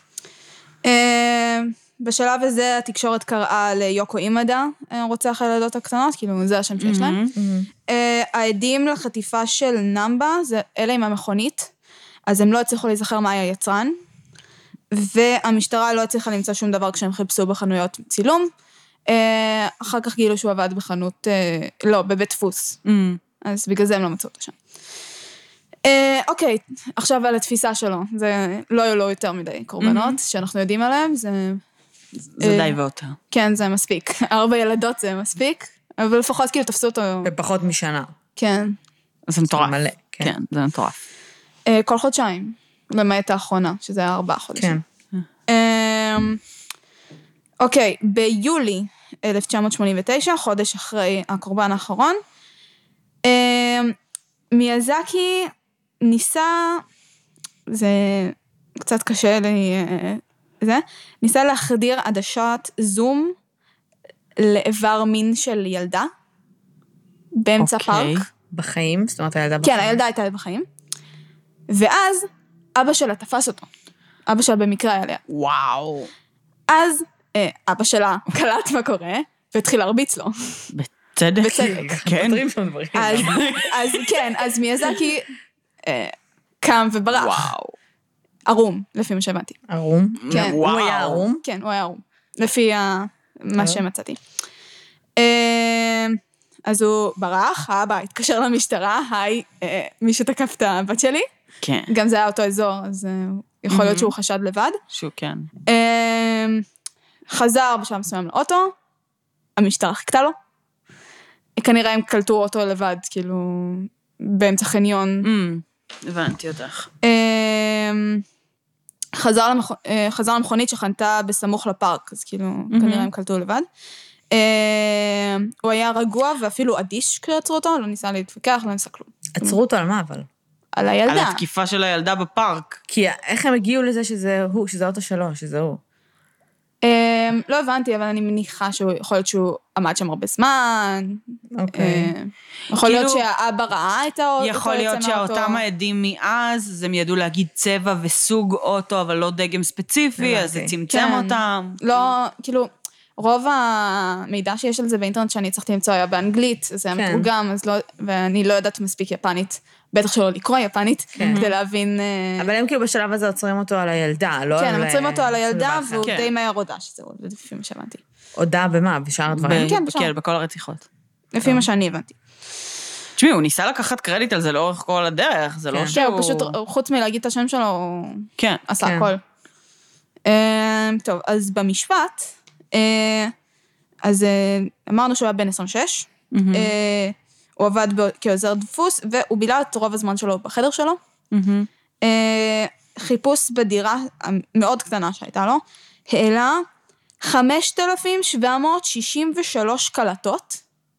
בשלב הזה התקשורת קראה ליוקו אימדה, רוצח הילדות הקטנות, כאילו זה השם שיש להם. העדים לחטיפה של נמבה, אלה עם המכונית, אז הם לא הצליחו להיזכר מה היה יצרן, והמשטרה לא הצליחה למצוא שום דבר כשהם חיפשו בחנויות צילום, אחר כך גילו שהוא עבד בחנות, לא, בבית דפוס, אז בגלל זה הם לא מצאו אותו שם. אוקיי, עכשיו על התפיסה שלו, זה לא היו לו יותר מדי קורבנות, שאנחנו יודעים עליהם, זה די ואותר. כן, זה מספיק. 4 ילדות זה מספיק, אבל לפחות כאילו תפסו אותו. בפחות משנה. כן. זה מטורף. מלא, כן, זה מטורף. כל חודשיים, למעט האחרונה, שזה היה 4 חודשים. כן. אוקיי, ביולי 1989, חודש אחרי הקורבן האחרון, מיאזקי ניסה, זה קצת קשה לי, ניסה להחדיר עדשת זום לאיבר מין של ילדה, באמצע פארק. בחיים? זאת אומרת, הילדה בחיים? כן, הילדה הייתה בחיים. ואז אבא שלה תפס אותו. אבא שלה במקרה היה ליד. וואו. אז אבא שלה קלט מה קורה, והתחיל להרביץ לו. בצדק. כן. אז כן, אז מיאזקי קם וברח. וואו. ערום, לפי מה שהבנתי. ערום? כן. הוא היה ערום? כן, הוא היה ערום. לפי מה שמצאתי. אז הוא ברח, האבא התקשר למשטרה, היי, מי שתקף את הבת שלי. כן. גם זה היה אותו אזור, אז יכול להיות שהוא חשד לבד. שהוא כן. חזר בשלב מסוים לאוטו, המשטרה חיכתה לו. כנראה הם קלטו אותו לבד, כאילו, באמצע חניון. הבנתי אותך. חזר למכונית שחנתה בסמוך לפארק, אז כאילו, כנראה הם קלטו לבד. הוא היה רגוע ואפילו אדיש כשעצרו אותו, לא ניסה להתווכח, לא ניסה כלום. עצרו אותו על מה אבל? על הילדה. על התקיפה של הילדה בפארק. כי איך הם הגיעו לזה שזה הוא, שזה אוטו שלו, שזה הוא? לא הבנתי, אבל אני מניחה שיכול להיות שהוא עמד שם הרבה זמן. אוקיי. יכול להיות שהאבא ראה את האוטו. יכול להיות שאותם העדים מאז, אז הם ידעו להגיד צבע וסוג אוטו, אבל לא דגם ספציפי, אז זה צמצם אותם. לא, כאילו, רוב המידע שיש על זה באינטרנט שאני הצלחתי למצוא היה באנגלית, זה היה מתורגם, ואני לא יודעת מספיק יפנית, בטח שלא לקרוא יפנית, כדי להבין... אבל הם כאילו בשלב הזה עוצרים אותו על הילדה, לא על... כן, הם עוצרים אותו על הילדה, והוא די מהר הודע שזה הוא, לפי מה שהבנתי. הודע במה? בשאר הדברים? כן, בשאר. כן, בכל הרציחות. לפי מה שאני הבנתי. תשמעי, הוא ניסה לקחת קרדיט על זה לאורך כל הדרך, זה לא שהוא... כן, הוא פשוט, חוץ מלהגיד את השם שלו, הוא עשה הכל. טוב, אז במשפט, אז אמרנו שהוא היה בן 26, הוא עבד כעוזר דפוס, והוא בילה את רוב הזמן שלו בחדר שלו. חיפוש בדירה המאוד קטנה שהייתה לו, העלה 5,763 קלטות,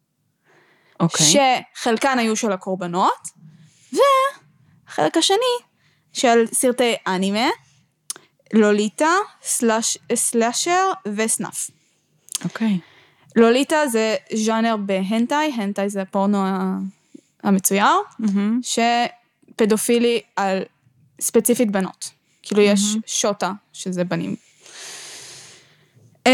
שחלקן היו של הקורבנות, והחלק השני של סרטי אנימה, לוליטה, סלאשר וסנאף. אוקיי. לוליטה זה ז'אנר בהנטאי, הנטאי זה הפורנו המצויר, שפדופילי על ספציפית בנות. כאילו יש שוטה, שזה בנים.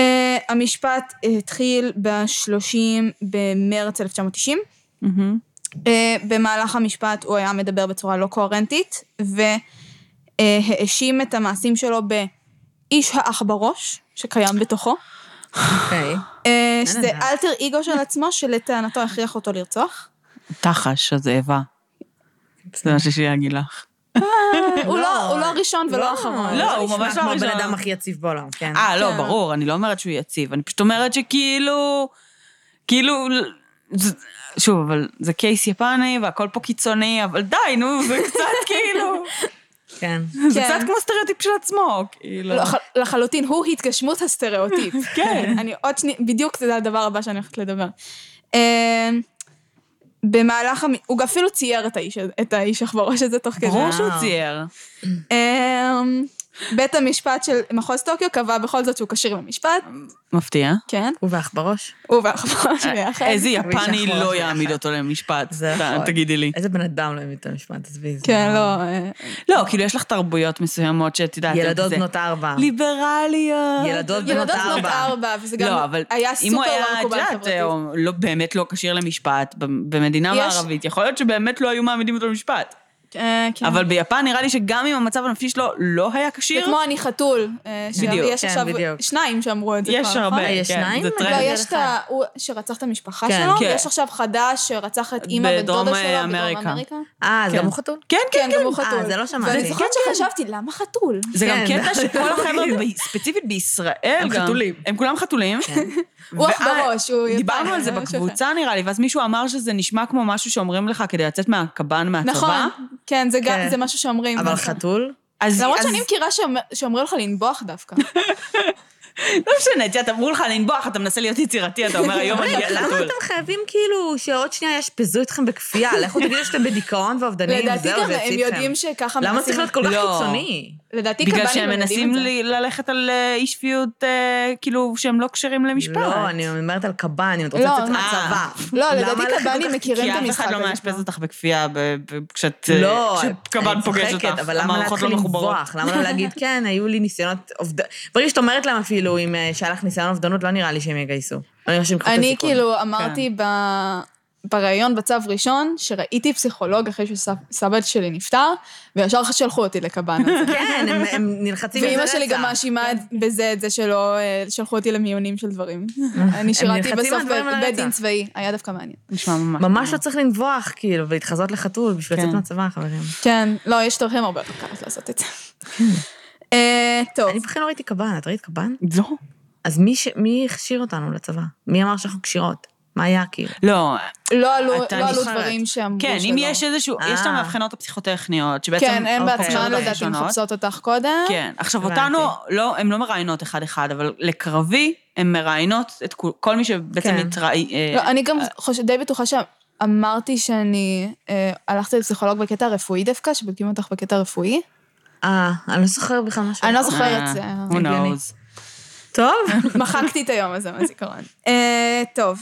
המשפט התחיל ב-30 במרץ 1990, במהלך המשפט הוא היה מדבר בצורה לא קוהרנטית, והאשים את המעשים שלו באיש האח בראש, שקיים בתוכו. אוקיי. שזה אלטר איגו של עצמו, שלטענתו הכריח אותו לרצוח. תחש, אז איבה. זה מה שיש לי להגיד לך. הוא לא הראשון ולא האחרון. לא, הוא ממש לא כמו הראשון. בן אדם הכי יציב בעולם, כן. לא, ברור, אני לא אומרת שהוא יציב, אני פשוט אומרת שכאילו, שוב, אבל זה קייס יפני, והכל פה קיצוני, אבל די, נו, זה קצת כאילו, כן. זה קצת כמו סטריאוטיפ של עצמו, כאילו. לחלוטין, הוא התגשמות הסטריאוטיפ. כן. אני עוד שנייה, בדיוק זה הדבר הבא שאני הולכת לדבר. במהלך, הוא אפילו צייר את האיש בראש הזה תוך כדי. ברור שהוא צייר. בית המשפט של מחוז טוקיו קבע בכל זאת שהוא כשיר למשפט. מפתיע. כן. הוא ואח בראש. הוא ואח בראש ביחד. איזה יפני לא יעמיד אותו למשפט, תגידי לי. איזה בן אדם לא יעמיד אותו למשפט, עזבי. כן, לא. לא, כאילו יש לך תרבויות מסוימות שאת יודעת. ילדות בנות 4. ליברליות. ילדות בנות 4. וזה גם היה סופר לא מקובל חברתית. לא, באמת לא כשיר למשפט, במדינה מערבית, יכול להיות שבאמת לא היו מעמידים אותו למשפט. אבל ביפן נראה לי שגם אם המצב הנפשי שלו לא היה כשיר. זה כמו אני חתול. בדיוק. יש עכשיו שניים שאמרו את זה. יש הרבה, כן. זה לא, יש את הוא שרצח את המשפחה שלו, ויש עכשיו חדש שרצח את אימא ודודה שלו בדרום אמריקה. אז גם הוא חתול? כן, כן, גם הוא חתול. זה לא שמעתי. ואני זוכרת שחשבתי, למה חתול? זה גם קטע שכל החבר'ה, ספציפית בישראל, הם חתולים. הם כולם חתולים. הוא אח בראש, הוא יפן. דיברנו על זה בקבוצה נראה לי, ואז מישהו אמר שזה נשמע כמו משהו שאומרים לך כדי לצאת מהקב"ן מהצבא. נכון, כן, זה משהו שאומרים. אבל חתול? למרות שאני מכירה שאומרים לך לנבוח דווקא. לא משנה, אתה אמרו לך לנבוח, אתה מנסה להיות יצירתי, אתה אומר היום אני חתול. למה אתם חייבים כאילו שעוד שנייה ישפזו אתכם בכפייה? לכו תגידו שאתם בדיכאון ואובדנים, לדעתי גם הם יודעים שככה למה צריך להיות כל כך קיצוני? לדעתי בגלל קב"נים שהם יודעים את מנסים ללכת על אי שפיות, כאילו שהם לא כשרים למשפט. לא, אני אומרת על קב"ן, אם את רוצה לצאת מהצבא. לא, לדעתי קב"נים מכירים את כי אף המשחק אחד לא הזה. מאשפז אותך בכפייה אני כשקב"ן פוגש אותך, צוחקת, אבל למה המערכות להתחיל לא מחוברות. לנבוח? למה לא להגיד, כן, היו לי ניסיונות אובדנות. ברגע שאת אומרת להם אפילו, אם שהיה לך ניסיון אובדנות, לא נראה לי שהם יגייסו. אני כאילו אמרתי בראיון בצו ראשון, שראיתי פסיכולוג אחרי שסבא שלי נפטר, וישר שלחו אותי לקב"ן הזה. כן, הם נלחצים מזה רצח. ואמא שלי גם מאשימה בזה את זה שלא שלחו אותי למיונים של דברים. אני שירתי בסוף בבית דין צבאי, היה דווקא מעניין. נשמע ממש לא צריך לנבוח, כאילו, ולהתחזות לחתול בשביל לצאת מהצבא, חברים. כן, לא, יש דרכים הרבה יותר קלות לעשות את זה. טוב. אני בכלל לא ראיתי קב"ן, את ראית קב"ן? לא. אז מי הכשיר אותנו לצבא? מי אמר שאנחנו קשירות? מה היה כאילו? לא עלו דברים שאמרו שלא. כן, אם יש איזשהו, יש את המבחנות הפסיכוטכניות, שבעצם... כן, הן בעצמן לדעתי מחפשות אותך קודם. כן, עכשיו אותנו, הן לא מראיינות אחד-אחד, אבל לקרבי, הן מראיינות את כל מי שבעצם מתראי... לא, אני גם די בטוחה שאמרתי שאני הלכתי לפסיכולוג בקטע רפואי דווקא, שבודקים אותך בקטע רפואי. אני לא זוכר בכלל משהו. אני לא זוכרת. Who knows. טוב. מחקתי את היום הזה מהזיכרון. טוב.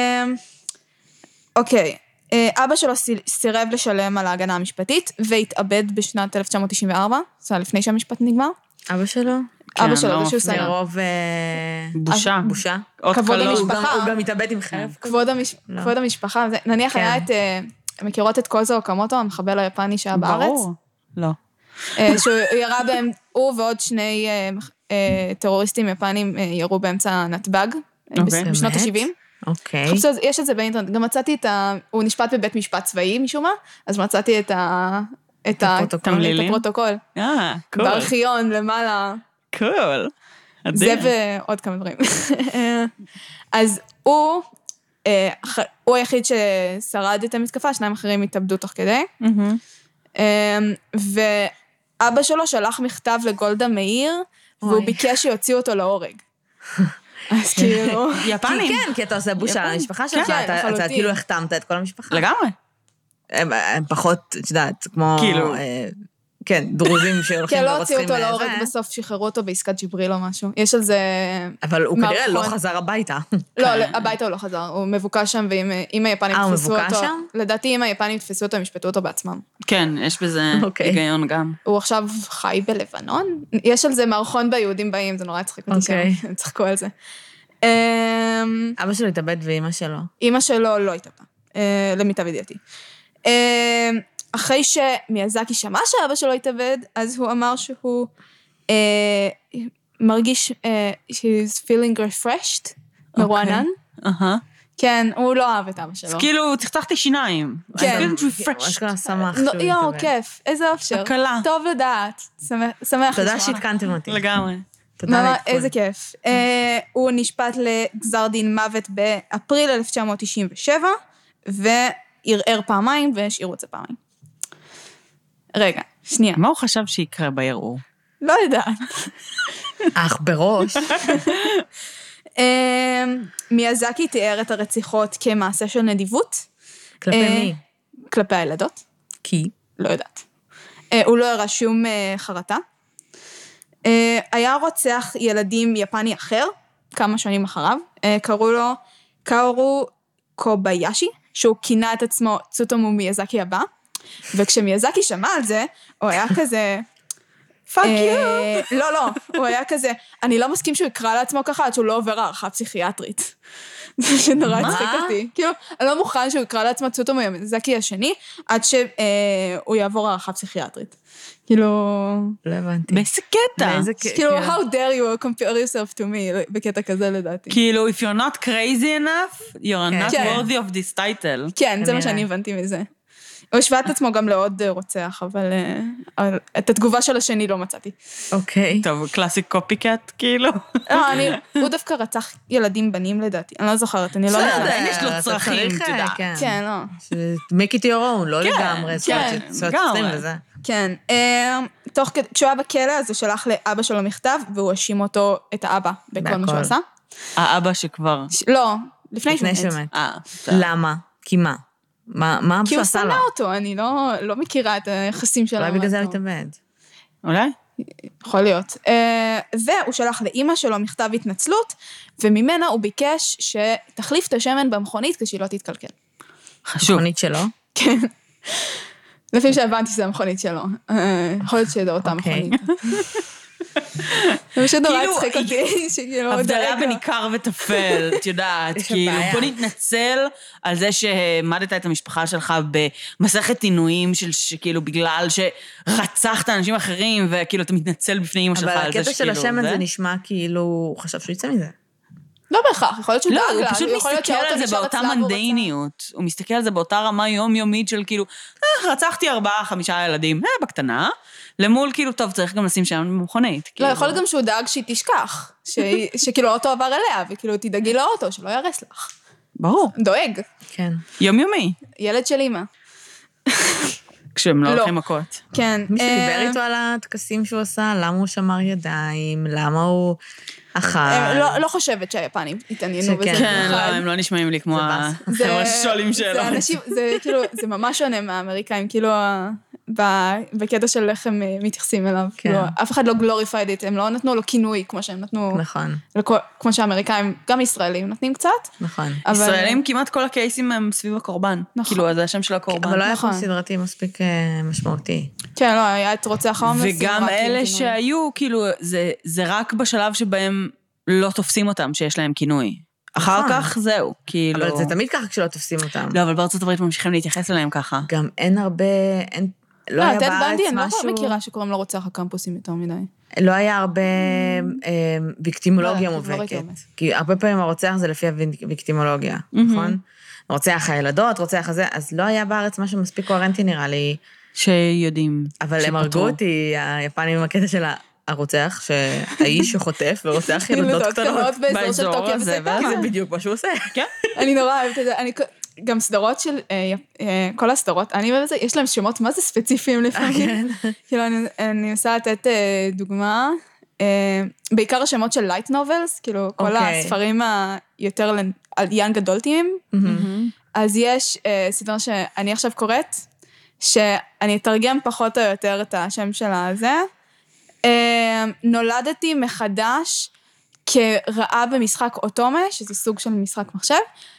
אוקיי. אבא שלו סירב לשלם על ההגנה המשפטית, והתאבד בשנת 1994, זה לפני שהמשפט נגמר. אבא שלו? אבא שלו, זה שהוא סיים. מרוב... בושה. כבוד המשפחה. הוא גם התאבד עם חרב. כבוד המשפחה. נניח היה את... מכירות את קוזו אוקמוטו, המחבל היפני שהיה בארץ? ברור. לא. שהוא ירה בהם, הוא ועוד שני טרוריסטים יפנים ירו באמצע נתב"ג, בשנות ה-70. אוקיי. יש את זה באינטרנט. גם מצאתי הוא נשפט בבית משפט צבאי משום מה, אז מצאתי את הפרוטוקול. בארכיון למעלה. קול. זה ועוד כמה דברים. אז הוא היחיד ששרד את המתקפה, שניים אחרים התאבדו תוך כדי. ואבא שלו שלח מכתב לגולדה מאיר, והוא ביקש שיוציאו אותו להורג. אז כאילו... יפנים. כן, כי אתה עושה בושה למשפחה שלך, אתה כאילו החתמת את כל המשפחה. לגמרי. הם פחות, את יודעת, כמו... כאילו... כן, דרוזים שהולכים כן, לא הוציאו אותו להורג, בסוף שחררו אותו בעסקת ג'יבריל או משהו. יש על זה... אבל הוא כנראה לא חזר הביתה. לא, הביתה הוא לא חזר, הוא מבוקש שם, ואם היפנים תפסו אותו... לדעתי, אם היפנים תפסו אותו, הם ישפטו אותו בעצמם. כן, יש בזה היגיון גם. הוא עכשיו חי בלבנון? יש על זה מערכון ביהודים באים, זה נורא יצחק אותי שם, הם צחקו על זה. אבא שלו התאבד ואמא שלו? אמא שלו לא התאבדה. למיטב ידיעתי. אחרי שמיאזקי שמע שאבא שלו התאבד, אז הוא אמר שהוא מרגיש, he's feeling refreshed, מרוענן. כן, הוא לא אהב את אבא שלו. אז כאילו, צחצחתי שיניים. כן. אשכרה שמח שהוא התאבד. יואו, כיף, איזה אופשר. הקלה. טוב לדעת, שמח. תודה שהתקנתם אותי. לגמרי. תודה לעדכון. איזה כיף. הוא נשפט לגזר דין מוות באפריל 1997, וערער פעמיים, והשאירו את זה פעמיים. רגע, שנייה. מה הוא חשב שיקרה בערעור? לא יודעת. אך בראש. מיאזקי תיאר את הרציחות כמעשה של נדיבות. כלפי מי? כלפי הילדות. כי? לא יודעת. הוא לא הראה שום חרטה. היה רוצח ילדים יפני אחר, כמה שנים אחריו, קראו לו קאורו קוביישי, שהוא כינה את עצמו צוטומו מיאזקי הבא, וכשמיאזקי שמע על זה, הוא היה כזה... פאק יו. לא, הוא היה כזה, אני לא מסכים שהוא יקרא לעצמו ככה, עד שהוא לא עובר הערכה פסיכיאטרית. זה שנורא הצחיק אותי. כאילו, אני לא מוכן שהוא יקרא לעצמו צוטומו מיאזקי השני, עד שהוא יעבור הערכה פסיכיאטרית. כאילו... לא הבנתי. באיזה קטע? כאילו, how dare you compare yourself to me, בקטע כזה לדעתי. כאילו, if you're not crazy enough, you're not כן. worthy of this title. כן, זה מה שאני הבנתי מזה. הוא השווה את עצמו גם לעוד רוצח, אבל את התגובה של השני לא מצאתי. אוקיי. טוב, קלאסיק קופי-קאט, כאילו. לא, הוא דווקא רצח ילדים בנים לדעתי, אני לא זוכרת, אני לא יודעת. אין יש לו צרכים, אתה יודע. כן, לא. make it your own, לא לגמרי. כן, לגמרי. כן, כשהוא היה בכלא, אז הוא שלח לאבא שלו מכתב, והוא האשים אותו, את האבא, בכל מה שהוא עשה. האבא שכבר... לא, לפני לפני שהוא מת. שמת. בסדר. למה? כי מה? מה כי הוא עשה לו? שנא אותו, אני לא מכירה את היחסים שלו. אולי בגלל זה הוא התאבד. אולי? יכול להיות. והוא שלח לאמא שלו מכתב התנצלות, וממנה הוא ביקש שתחליף את השמן במכונית כשהיא לא תתקלקל. חשוב. מכונית שלו? כן. לפעמים שהבנתי שזה המכונית שלו. יכול להיות שזה אותה מכונית. זה פשוט נורא הצחיק אותי, שכאילו... הבדלה בין עיקר וטפל, את יודעת, כאילו, בוא נתנצל על זה שהעמדת את המשפחה שלך במסכת עינויים שכאילו בגלל שרצחת אנשים אחרים, וכאילו אתה מתנצל בפני אמא שלך אבל על זה הקטע של השמן זה נשמע כאילו, הוא חשב שהוא יצא מזה. לא בהכרח, יכול להיות שהוא דאג לה. הוא פשוט מסתכל על זה באותה מנדיניות, הוא מסתכל על זה באותה רמה יומיומית של כאילו, רצחתי 4-5 ילדים, בקטנה, למול כאילו, טוב, צריך גם לשים שם במכונית. לא, יכול להיות גם שהוא דאג שהיא תשכח, שכאילו האוטו עבר אליה, וכאילו תדאגי לאוטו, שלא ירס לך. ברור. דואג. כן. יומיומי. ילד של אמא. כשהם לא הולכים מכות. כן. מישהו דיבר איתו על הטקסים שהוא עשה? למה הוא שמר ידיים? למה הוא אכל? לא חושבת שהיפנים התעניינו בזה. כן, לא, הם לא נשמעים לי כמו החבר'ה ששואלים שאלות. זה כאילו, זה ממש שונה מהאמריקאים, כאילו, בקטע של איך הם מתייחסים אליו. כאילו, אף אחד לא גלוריפייד את, הם לא נתנו לו כינוי, כמו שהם נתנו... נכון. כמו שהאמריקאים, גם ישראלים, נותנים קצת. נכון. ישראלים, כמעט כל הקייסים הם סביב הקורבן. כאילו, זה השם של הקורבן. אבל לא היה פה סדרתי מספיק משמעותי. כן, לא, היה את רוצח העומס. וגם אלה שהיו, כאילו, זה רק בשלב שבהם לא תופסים אותם, שיש להם כינוי. אחר כך זהו, כאילו... אבל זה תמיד ככה כשלא תופסים אותם. לא, אבל בארצות הברית ממשיכים להתייחס אליהם ככה. גם אין הרבה... לא היה בארץ משהו... אני לא מכירה שקוראים לו רוצח הקמפוסים יותר מדי. לא היה הרבה ויקטימולוגיה מובהקת. כי הרבה פעמים הרוצח זה לפי הוויקטימולוגיה, נכון? רוצח הילדות, רוצח הזה, אז לא היה בארץ משהו מספיק קוהרנטי נראה לי. שיודעים. אבל הם הרגו אותי, היפנים עם הקטע של הרוצח, שהאיש שחוטף ורוצח ילדות קטנות. באזור הזה, כי זה בדיוק מה שהוא עושה. אני נורא אוהבת את זה. גם סדרות של, כל הסדרות, אני אוהבת את זה, יש להם שמות מה זה ספציפיים לפעמים. כאילו, אני מנסה לתת דוגמה, בעיקר השמות של לייט נובלס, כאילו, כל הספרים היותר על יאנג אדולטים, אז יש סדרה שאני עכשיו קוראת, שאני אתרגם פחות או יותר את השם של הזה, נולדתי מחדש כרעה במשחק אוטומה, שזה סוג של משחק מחשב,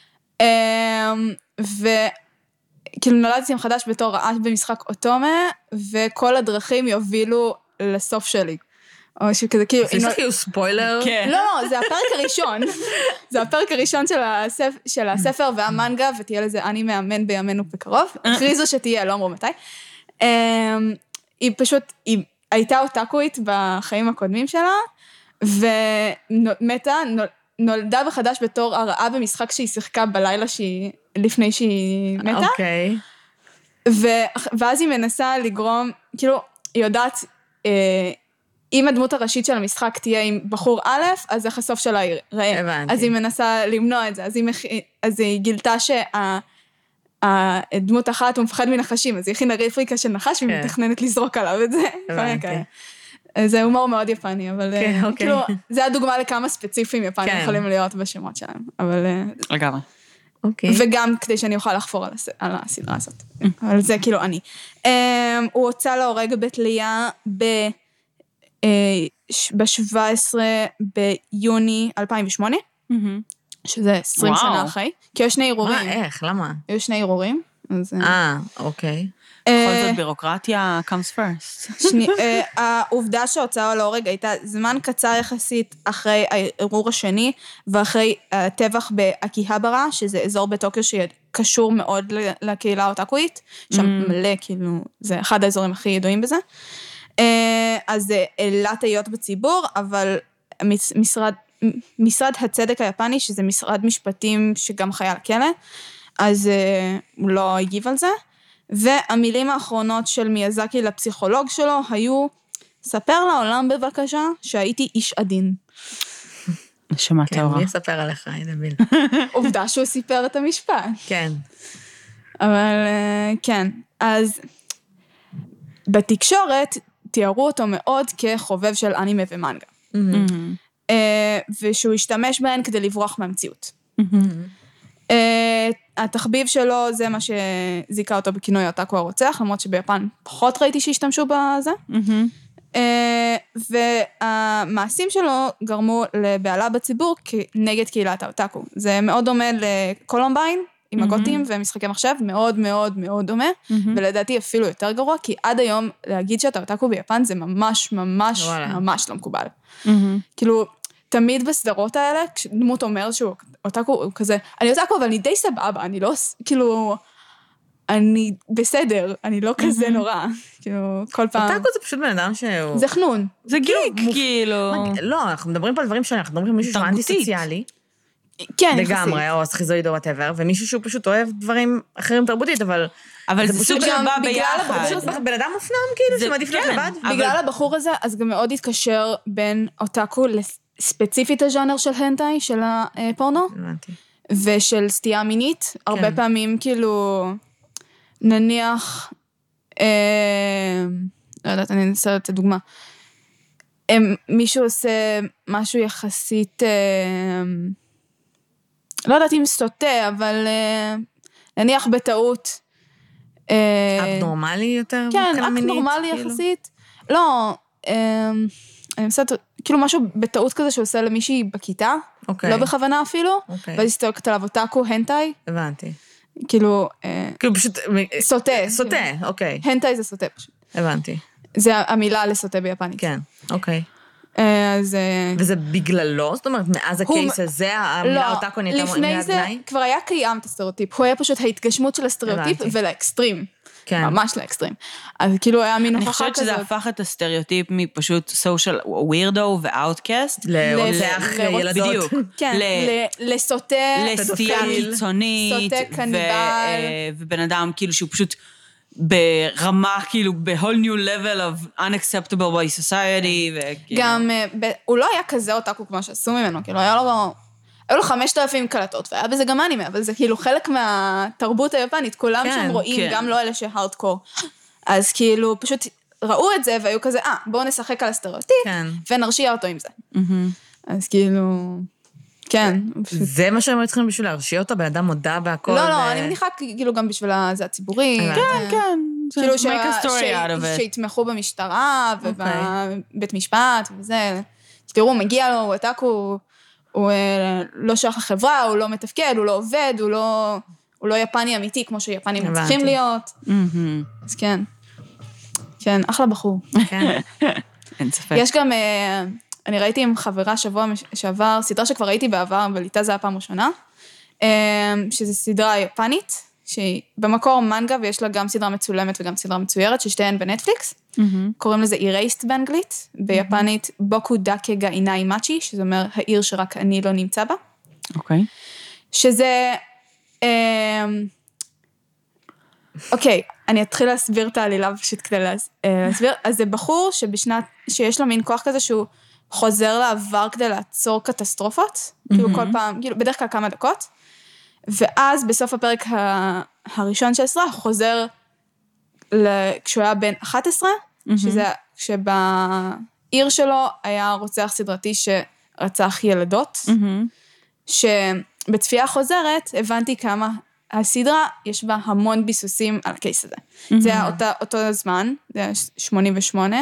וכאילו נולדתי מחדש בתור רעה במשחק אוטומה, וכל הדרכים יובילו לסוף שלי. או משהו כזה, כאילו... זה כאילו ספוילר? כן. לא, זה הפרק הראשון. זה הפרק הראשון של הספר והמנגה, ותהיה לזה אני מאמן בימינו בקרוב. הכריזו שתהיה, לא אמרו מתי. היא פשוט, היא הייתה אוטקואית בחיים הקודמים שלה, ומתה, נולדה בחדש בתור הרעה במשחק שהיא שיחקה בלילה לפני שהיא מתה. אוקיי. ואז היא מנסה לגרום, כאילו, היא יודעת, אם הדמות הראשית של המשחק תהיה עם בחור א', אז איך הסוף שלה ייראה. הבנתי. אז היא מנסה למנוע את זה, אז היא גילתה שהדמות אחת הוא מפחד מנחשים, אז היא הכינה רפריקה של נחש, והיא מתכננת לזרוק עליו את זה. הבנתי. זה הומור מאוד יפני, אבל אוקיי. כאילו, זה הדוגמה לכמה ספציפיים יפנים יכולים להיות בשמות שלהם, אבל... לגמרי. אוקיי. וגם כדי שאני אוכל לחפור על הסדרה הזאת. אבל זה כאילו אני. הוא הוצא להורג בתלייה ב-17 ביוני 2008, שזה 20 שנה אחרי, כי יש שני ערעורים. מה, איך? למה? יש שני ערעורים. אוקיי. בכל זאת בירוקרטיה comes first. העובדה שההוצאה להורג הייתה זמן קצר יחסית אחרי הערעור השני, ואחרי הטבח באקיהברה, שזה אזור בטוקיו שקשור מאוד לקהילה האוטקואית, שם מלא, כאילו, זה אחד האזורים הכי ידועים בזה. אז זה העלה תהיות בציבור, אבל משרד הצדק היפני, שזה משרד משפטים שגם חיה לכלא, אז הוא לא הגיב על זה. והמילים האחרונות של מיאזקי לפסיכולוג שלו היו, ספר לעולם בבקשה שהייתי איש עדין. נשמה טהורה. אני אספר עליך, דביל. עובדה שהוא סיפר את המשפט. כן. אבל כן, אז בתקשורת תיארו אותו מאוד כחובב של אנימה ומנגה. ושהוא השתמש בהן כדי לברוח מהמציאות. התחביב שלו זה מה שזיקה אותו בכינוי האוטקו הרוצח, למרות שביפן פחות ראיתי שהשתמשו בזה. והמעשים שלו גרמו לבעלה בציבור נגד קהילת האוטקו. זה מאוד דומה לקולומביין, עם הגותים ומשחקי מחשב, מאוד מאוד מאוד דומה, ולדעתי אפילו יותר גרוע, כי עד היום להגיד שאתה אוטקו ביפן זה ממש ממש ממש לא מקובל. כאילו, תמיד בסדרות האלה, כשדמות אומר שהוא אוטקו, הוא כזה, אני אוטקו, אבל אני די סבבה, אני לא, כאילו, אני בסדר, אני לא כזה נורא, כאילו, כל פעם... אוטקו זה פשוט בן אדם שהוא... זה חנון. זה גיק, כאילו... לא, אנחנו מדברים פה על דברים שונים, אנחנו מדברים על מישהו שהוא אנטי-סוציאלי, כן, לגמרי, או סכיזואיד או whatever, ומישהו שהוא פשוט אוהב דברים אחרים תרבותית, אבל זה סוג של בא ביחד. בן אדם מופנם, כאילו, שמעדיף להיות לבד. בגלל הבחור הזה, אז גם מאוד התקשר בין אוטקו ספציפית הז'אנר של הנטאי, של הפורנו, ושל סטייה מינית, הרבה פעמים כאילו, נניח, לא יודעת, אני אנסה לתת דוגמה, מישהו עושה משהו יחסית, לא יודעת אם סוטה, אבל נניח בטעות, אבנורמלי יותר? כן, אבנורמלי יחסית, לא, אני מנסה, כאילו משהו בטעות כזה שעושה למישהי בכיתה, לא בכוונה אפילו, ואז הסתכלת עליו אוטקו, הנטאי. הבנתי. כאילו פשוט... סוטה. סוטה, אוקיי. הנטאי זה סוטה פשוט. הבנתי. זה המילה לסוטה ביפנית. כן, אוקיי. אז... וזה בגללו? זאת אומרת, מאז הקייס הזה, המילה אוטקו נהייתה מילה גנאי? לפני זה כבר היה קיים את הסטריאוטיפ, הוא היה פשוט ההתגשמות של הסטריאוטיפ ולאקסטרים. ממש לאקסטרים. אז כאילו היה מין הוכחה כזאת. אני חושבת שזה הפך את הסטריאוטיפ מפשוט סושיאל ווירדו ואוטקאסט. לרוצח ילדות. בדיוק. כן, לסוטה. לסטייה קיצונית. סוטה קניבל. ובן אדם כאילו שהוא פשוט ברמה כאילו ב-whole new level of unacceptable by society. גם, הוא לא היה כזה אוטקו כמו שעשו ממנו, כאילו היה לו 5,000 קלטות, והיה בזה גם אנימה, אבל זה כאילו חלק מהתרבות היפנית, כולם שם רואים, גם לא אלה שהארדקור. אז כאילו פשוט ראו את זה, והיו כזה, בואו נשחק על הסטריאוטיפ, ונרשיע אותו עם זה. אז כאילו, כן. זה מה שהם צריכים בשביל להרשיע אותו, בן אדם מודע בהכל. לא, אני מניחה כאילו גם בשביל זה הציבורי. כן. כאילו שיתמכו במשטרה, ובבית משפט, וזה. תראו, מגיע לו, הוא אוטקו, הוא לא שייך לחברה, הוא לא מתפקד, הוא לא עובד, הוא לא יפני אמיתי, כמו שיפנים צריכים להיות. אז כן. כן, אחלה בחור. כן. אין ספק. יש גם, אני ראיתי עם חברה שבוע שעבר, סדרה שכבר ראיתי בעבר, אבל איתה זה הפעם ראשונה, שזו סדרה יפנית, שהיא במקור מנגה, ויש לה גם סדרה מצולמת וגם סדרה מצוירת, ששתיהן בנטפליקס, קוראים לזה Erased באנגלית, ביפנית בוקו דאקה גה אינאי מאצ'י, שזה אומר העיר שרק אני לא נמצא בה. אוקיי. שזה, אוקיי, אני אתחיל להסביר את העלילה פשוט כדי להסביר. אז זה בחור שיש לו מין כוח כזה שהוא חוזר לעבר כדי לעצור קטסטרופות, כאילו כל פעם, כאילו בדרך כלל כמה דקות, ואז בסוף הפרק הראשון של הסדרה חוזר כשהוא היה בן 11, שזה שבעיר שלו היה רוצח סדרתי שרצח ילדות, שבצפייה חוזרת הבנתי כמה הסדרה יש בה המון ביסוסים על הקייס הזה. זה היה אותו זמן, זה היה 88.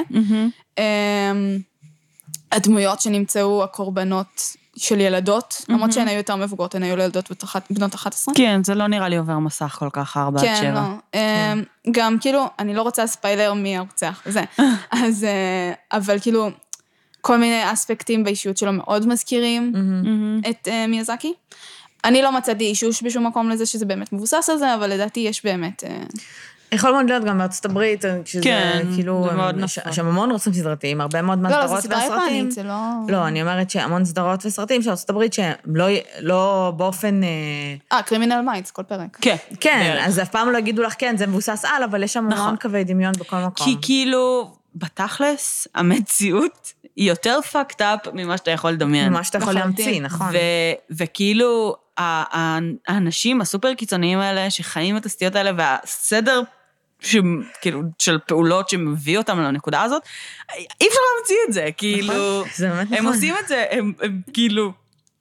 הדמויות שנמצאו הקורבנות של ילדות, למרות שהן היו יותר מבוגרות, הן היו לילדות בנות 11. כן, זה לא נראה לי עובר מסך כל כך 4-7. כן, לא. גם כאילו, אני לא רוצה ספיילר מי הרוצח, זה. אז, אבל כאילו, כל מיני אספקטים באישיות שלו מאוד מזכירים את מיאזקי. אני לא מצאתי אישוש בשום מקום לזה שזה באמת מבוסס על זה, אבל לדעתי יש באמת... יכול מאוד להיות גם בארצות הברית, כן, כאילו, זה מאוד נפוץ. שם המון רוצים סדרתיים, הרבה מאוד לא, מהסדרות זה סדרה יפנית, זה לא... לא, אני אומרת שהמון סדרות וסרטים של ארצות הברית, שהם לא באופן... קרימינל מיינדס, כל פרק. כן. כן, אז אף פעם לא יגידו לך, כן, זה מבוסס על, אבל יש שם המון קווי דמיון בכל מקום. כי כאילו, בתכלס, המציאות היא יותר fucked up ממה שאתה יכול לדמיין. ממה שאתה יכול להמציא, נכון. וכאילו, האנשים הסופר קיצוניים האלה, שחיים את הסטיות האלה, והסדר כאילו, של פעולות שמביא אותם לנקודה הזאת, אי אפשר להמציא את זה, כאילו, הם עושים את זה, הם כאילו,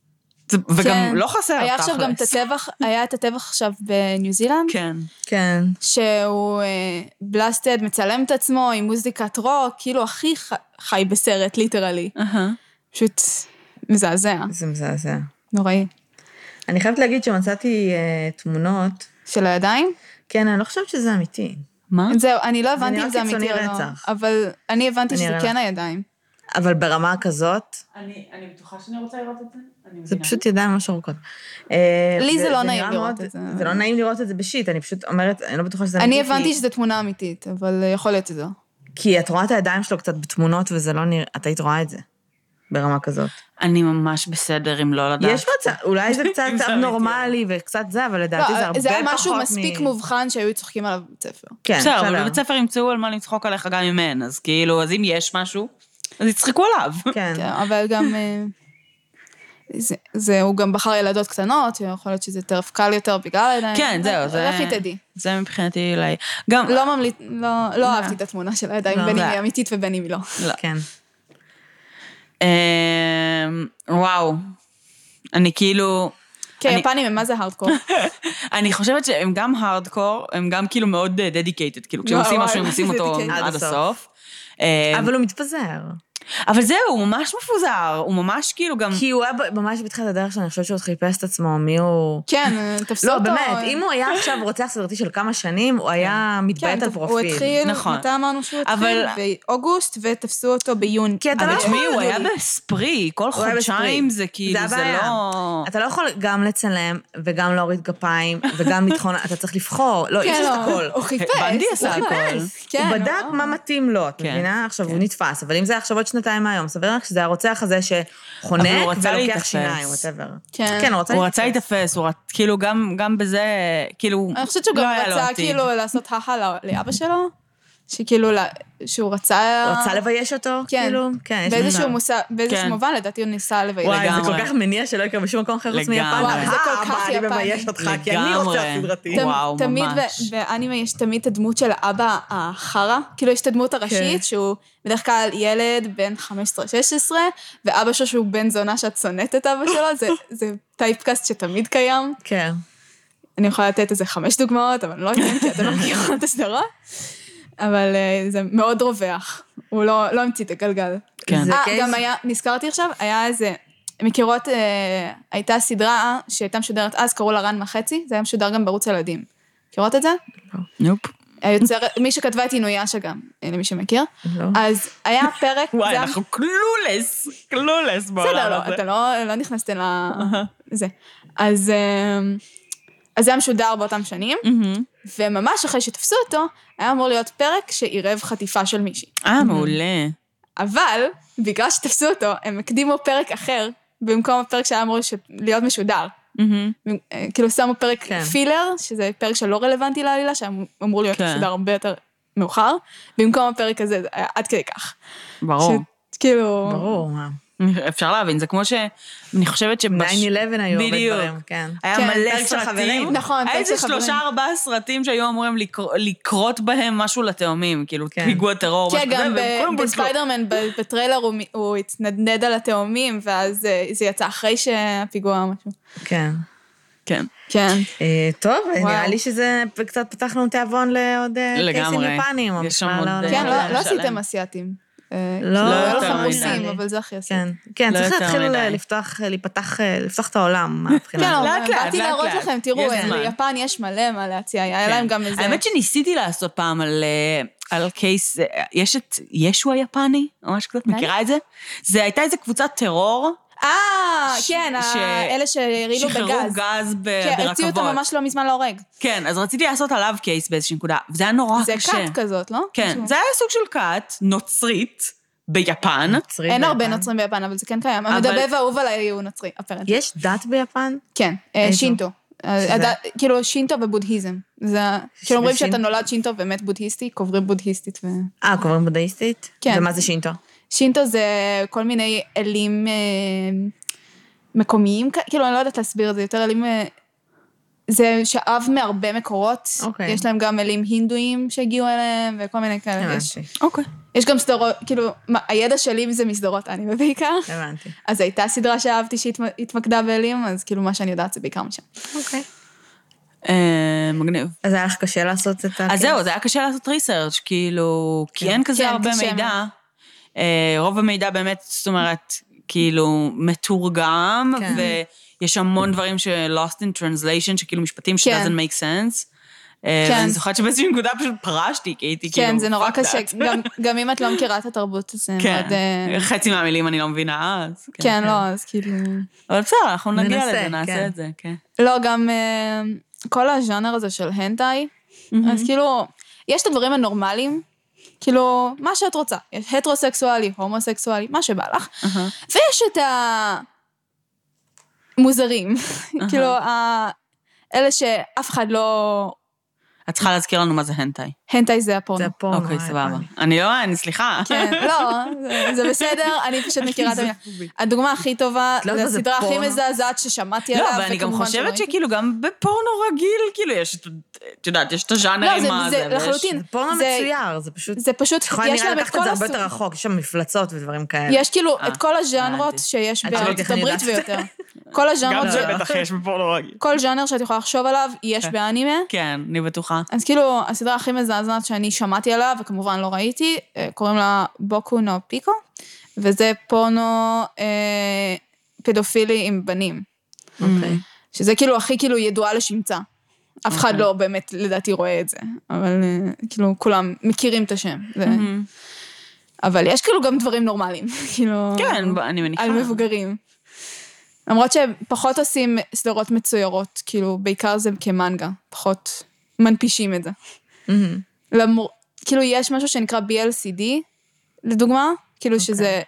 וגם לא חסר, היה עכשיו גם את הטבח, היה את הטבח עכשיו בניו זילנד, כן, שהוא בלאסטד מצלם את עצמו עם מוזיקת רוק, כאילו הכי חי בסרט, ליטרלי. פשוט מזעזע. זה מזעזע. נוראי. אני חייבת להגיד שמצאתי תמונות. של הידיים? כן, אני לא חושבת שזה אמיתי. מה? זהו, אני לא הבנתי אם זה אמיתי או לא. רצח. אבל אני הבנתי שזה כן הידיים. אבל ברמה כזאת... אני בטוחה שאני רוצה לראות את זה. זה פשוט ידיים ממש ארוכות. לי זה לא נעים לראות את זה. זה לא נעים לראות את זה בשיט, אני פשוט אומרת, אני לא בטוחה שזה אמיתי. אני הבנתי שזה תמונה אמיתית, אבל יכול להיות שזה. כי את רואה את הידיים שלו קצת בתמונות, וזה לא נראה, את היית רואה את זה. ברמה כזאת. אני ממש בסדר אם לא לדעת. יש מצב, אולי זה קצת נורמלי וקצת זה, אבל לדעתי זה הרבה פחות זה היה משהו מספיק מובחן שהיו צוחקים עליו בבית ספר. כן, בסדר, אבל בבית ספר ימצאו על מה לצחוק עליך גם אם אין, אז כאילו, אז אם יש משהו, אז יצחקו עליו. כן. אבל גם, הוא גם בחר ילדות קטנות, יכול להיות שזה טרף קל יותר בגלל הידיים. כן, זהו, זה... לכי תדעי. זה מבחינתי אולי... גם... לא אהבתי את התמונה של הידיים, בין אם היא אמיתית ובין אם היא לא. כן. וואו, אני כאילו... כן, יפנים הם מה זה הארדקור? אני חושבת שהם גם הארדקור, הם גם כאילו מאוד דדיקייטד, כאילו כשהם עושים משהו, הם עושים אותו עד הסוף. אבל הוא מתפזר. אבל זהו, הוא ממש מפוזר, הוא ממש כאילו גם... כי הוא היה ממש בתחילת הדרך שאני חושבת שהוא חיפש את עצמו, מי הוא... כן, תפסו אותו. לא, באמת, אם הוא היה עכשיו רוצח סדרתי של כמה שנים, הוא היה מתבעט על פרופיל. הוא התחיל, מתי אמרנו שהוא התחיל? באוגוסט, ותפסו אותו ביוני. אבל תשמעי, הוא היה בספרי, כל חודשיים זה כאילו, זה לא... אתה לא יכול גם לצלם, וגם להוריד גפיים, וגם לטחון, אתה צריך לבחור. לא, יש את הכל. הוא חיפש. בנדי עשה הכל. הוא בדק מה מתאים לו, את מבינה? עכשיו הוא נתפס, אבל אם זה עכשיו עוד שנתיים מהיום, סביר לך שזה הרוצח הזה שחונק ולוקח שיניים, whatever. כן, הוא רצה להתאפס, כאילו גם בזה, כאילו... אני חושבת שהוא גם רצה כאילו לעשות הכה לאבא שלו, שכאילו, שהוא רצה... הוא רצה לבייש אותו, כאילו? כן. באיזשהו מובן, לדעתי הוא ניסה לבייש. וואי, זה כל כך מניע שלא יקרה בשום מקום אחר חוץ מיפן. זה כל כך יפני. אני מבייש אותך, כי אני רוצה סדרתי. וואו, ממש. תמיד באנימה יש תמיד את הדמות של האבא החרה, כאילו יש את הדמות הראשית, שהוא בדרך כלל ילד בן 15-16, ואבא שלו שהוא בן זונה שאת שונאת את אבא שלו, זה טייפקאסט שתמיד קיים. כן. אני יכולה לתת איזה 5 דוגמאות, אבל לא יודעים, כי אתם לא מכירים את הסדרה. אבל זה מאוד רווח, הוא לא המציא את הגלגל. כן. גם היה, נזכרתי עכשיו, היה איזה, מכירות, הייתה סדרה שהייתה משודרת אז, קראו לה רן מחצי, זה היה משודר גם בערוץ ילדים. מכירות את זה? נופ. מי שכתבה את אינויאשה גם, למי שמכיר. אז היה פרק... וואי, אנחנו קלולס בעולם הזה. בסדר, אתה לא נכנסת לזה. אז זה היה משודר באותם שנים, וממש אחרי שתפסו אותו, היה אמור להיות פרק שעירב חטיפה של מישהי. מעולה. אבל, בגלל שתפסו אותו, הם הקדימו פרק אחר, במקום הפרק שהיה אמור להיות משודר. כאילו שמו פרק פילר, שזה פרק שלא רלוונטי לעלילה, שאמור להיות משודר הרבה יותר מאוחר, במקום הפרק הזה, זה היה עד כדי כך. ברור. כאילו... ברור, מה. אפשר להבין, זה כמו שאני חושבת 9-11 היו הרבה דברים, כן. היה מלא סרטים. נכון, היה איזה 3-4 סרטים שהיו אמורים לקרות בהם משהו לתאומים, כאילו פיגוע טרור. כן, גם בספיידרמן, בטריילר הוא התנדנד על התאומים, ואז זה יצא אחרי שהפיגוע משהו. כן. כן. כן. טוב, נראה לי שזה קצת פתחנו תיאבון לעוד קייסים יפנים. כן, לא עשיתם אסיאטים. לא לכם רוסים, אבל זה הכי עשית. כן, צריך להתחיל לפתוח את העולם. כן, באתי להראות לכם, תראו, ליפן יש מלא להציע, היה להם גם איזה... האמת שניסיתי לעשות פעם על קייס, יש את ישו היפני, או משהו כזה, מכירה את זה? זה הייתה איזה קבוצת טרור, כן, אלה שהרעילו בגז. שחררו גז ברכבות. כן, הציעו אותם ממש לא מזמן להורג. כן, אז רציתי לעשות עליו קייס באיזושהי נקודה, וזה היה נורא קשה. זה קאט כזאת, לא? כן, זה היה סוג של קאט, נוצרית, ביפן. אין הרבה נוצרים ביפן, אבל זה כן קיים. המדבב האהוב עליי הוא נוצרי, אפרנטי. יש דת ביפן? כן, שינטו. כאילו שינטו ובודהיזם. כאילו אומרים שאתה נולד שינטו ומת בודהיסטי, קוברים בודהיסטית. קוברים בודהיסטית? כן. ומה זה שינטו? שינטו זה כל מיני אלים מקומיים, כאילו אני לא יודעת להסביר את זה, יותר אלים, זה שאב מהרבה מקורות, יש להם גם אלים הינדואים שהגיעו אליהם, וכל מיני כאלה. יש גם סדרות, כאילו, הידע שלי זה מסדרות אנימה בעיקר. הבנתי. אז הייתה סדרה שאהבתי שהתמקדה באלים, אז כאילו מה שאני יודעת זה בעיקר משם. אוקיי. מגניב. אז היה לך קשה לעשות את אז זהו, זה היה קשה לעשות ריסרצ' כאילו, כי אין כזה הרבה מידע. רוב המידע באמת, זאת אומרת, כאילו, מתורגם, ויש המון דברים ש-lost in translation, שכאילו משפטים ש-doesn't make sense. ואני זוכרת שבאיזושהי נקודה פשוט פרשתי, כי הייתי כאילו... כן, זה נורא קשה, גם אם את לא מכירה את התרבות, זה מאוד... חצי מהמילים אני לא מבינה, אז... כן, לא, אז כאילו... אבל בסדר, אנחנו נגיע לזה, נעשה את זה, כן. לא, גם כל הז'אנר הזה של הנטאי, אז כאילו, יש את הדברים הנורמליים, כאילו, מה שאת רוצה. יש הטרוסקסואלי, הומוסקסואלי, מה שבא לך. ויש את המוזרים. כאילו, אלה שאף אחד לא... את צריכה להזכיר לנו מה זה הנטאי. הנטאי זה הפורנו. זה הפורנו. אוקיי, סבבה. אני סליחה. כן, לא, זה בסדר, אני פשוט מכירה את המילה. הדוגמה הכי טובה, זה הסדרה הכי מזעזעת ששמעתי עליה. לא, ואני גם חושבת שכאילו גם בפורנו רגיל, כאילו יש, את יודעת, יש את הז'אנרים מה זה. לא, זה לחלוטין. זה פורנו מצויר, זה פשוט, יש להם את כל זה הרבה יותר רחוק, יש שם מפלצות ודברים כאלה. יש כאילו את כל הז'אנרות שיש בארצות הברית ויותר. כל הז'אנרות... גם זה בטח יש בפורנו רגיל. כל ז'אנר שאת יכולה לחשוב עליו, יש באנימה. כן, אני בטוחה. אז כאילו, הסדרה הכי מזעזעת שאני שמעתי עליה, וכמובן לא ראיתי, קוראים לה בוקו נו פיקו, וזה פורנו פדופילי עם בנים. שזה כאילו הכי כאילו ידועה לשמצה. אף אחד לא באמת לדעתי רואה את זה, אבל כאילו כולם מכירים את השם. אבל יש כאילו גם דברים נורמליים, כאילו... כן, אני מניחה. על מבוגרים. למרות שפחות עושים סדרות מצוירות, כאילו בעיקר זה כמנגה, פחות מנפישים את זה. כאילו יש משהו שנקרא BLCD, לדוגמה, כאילו שזה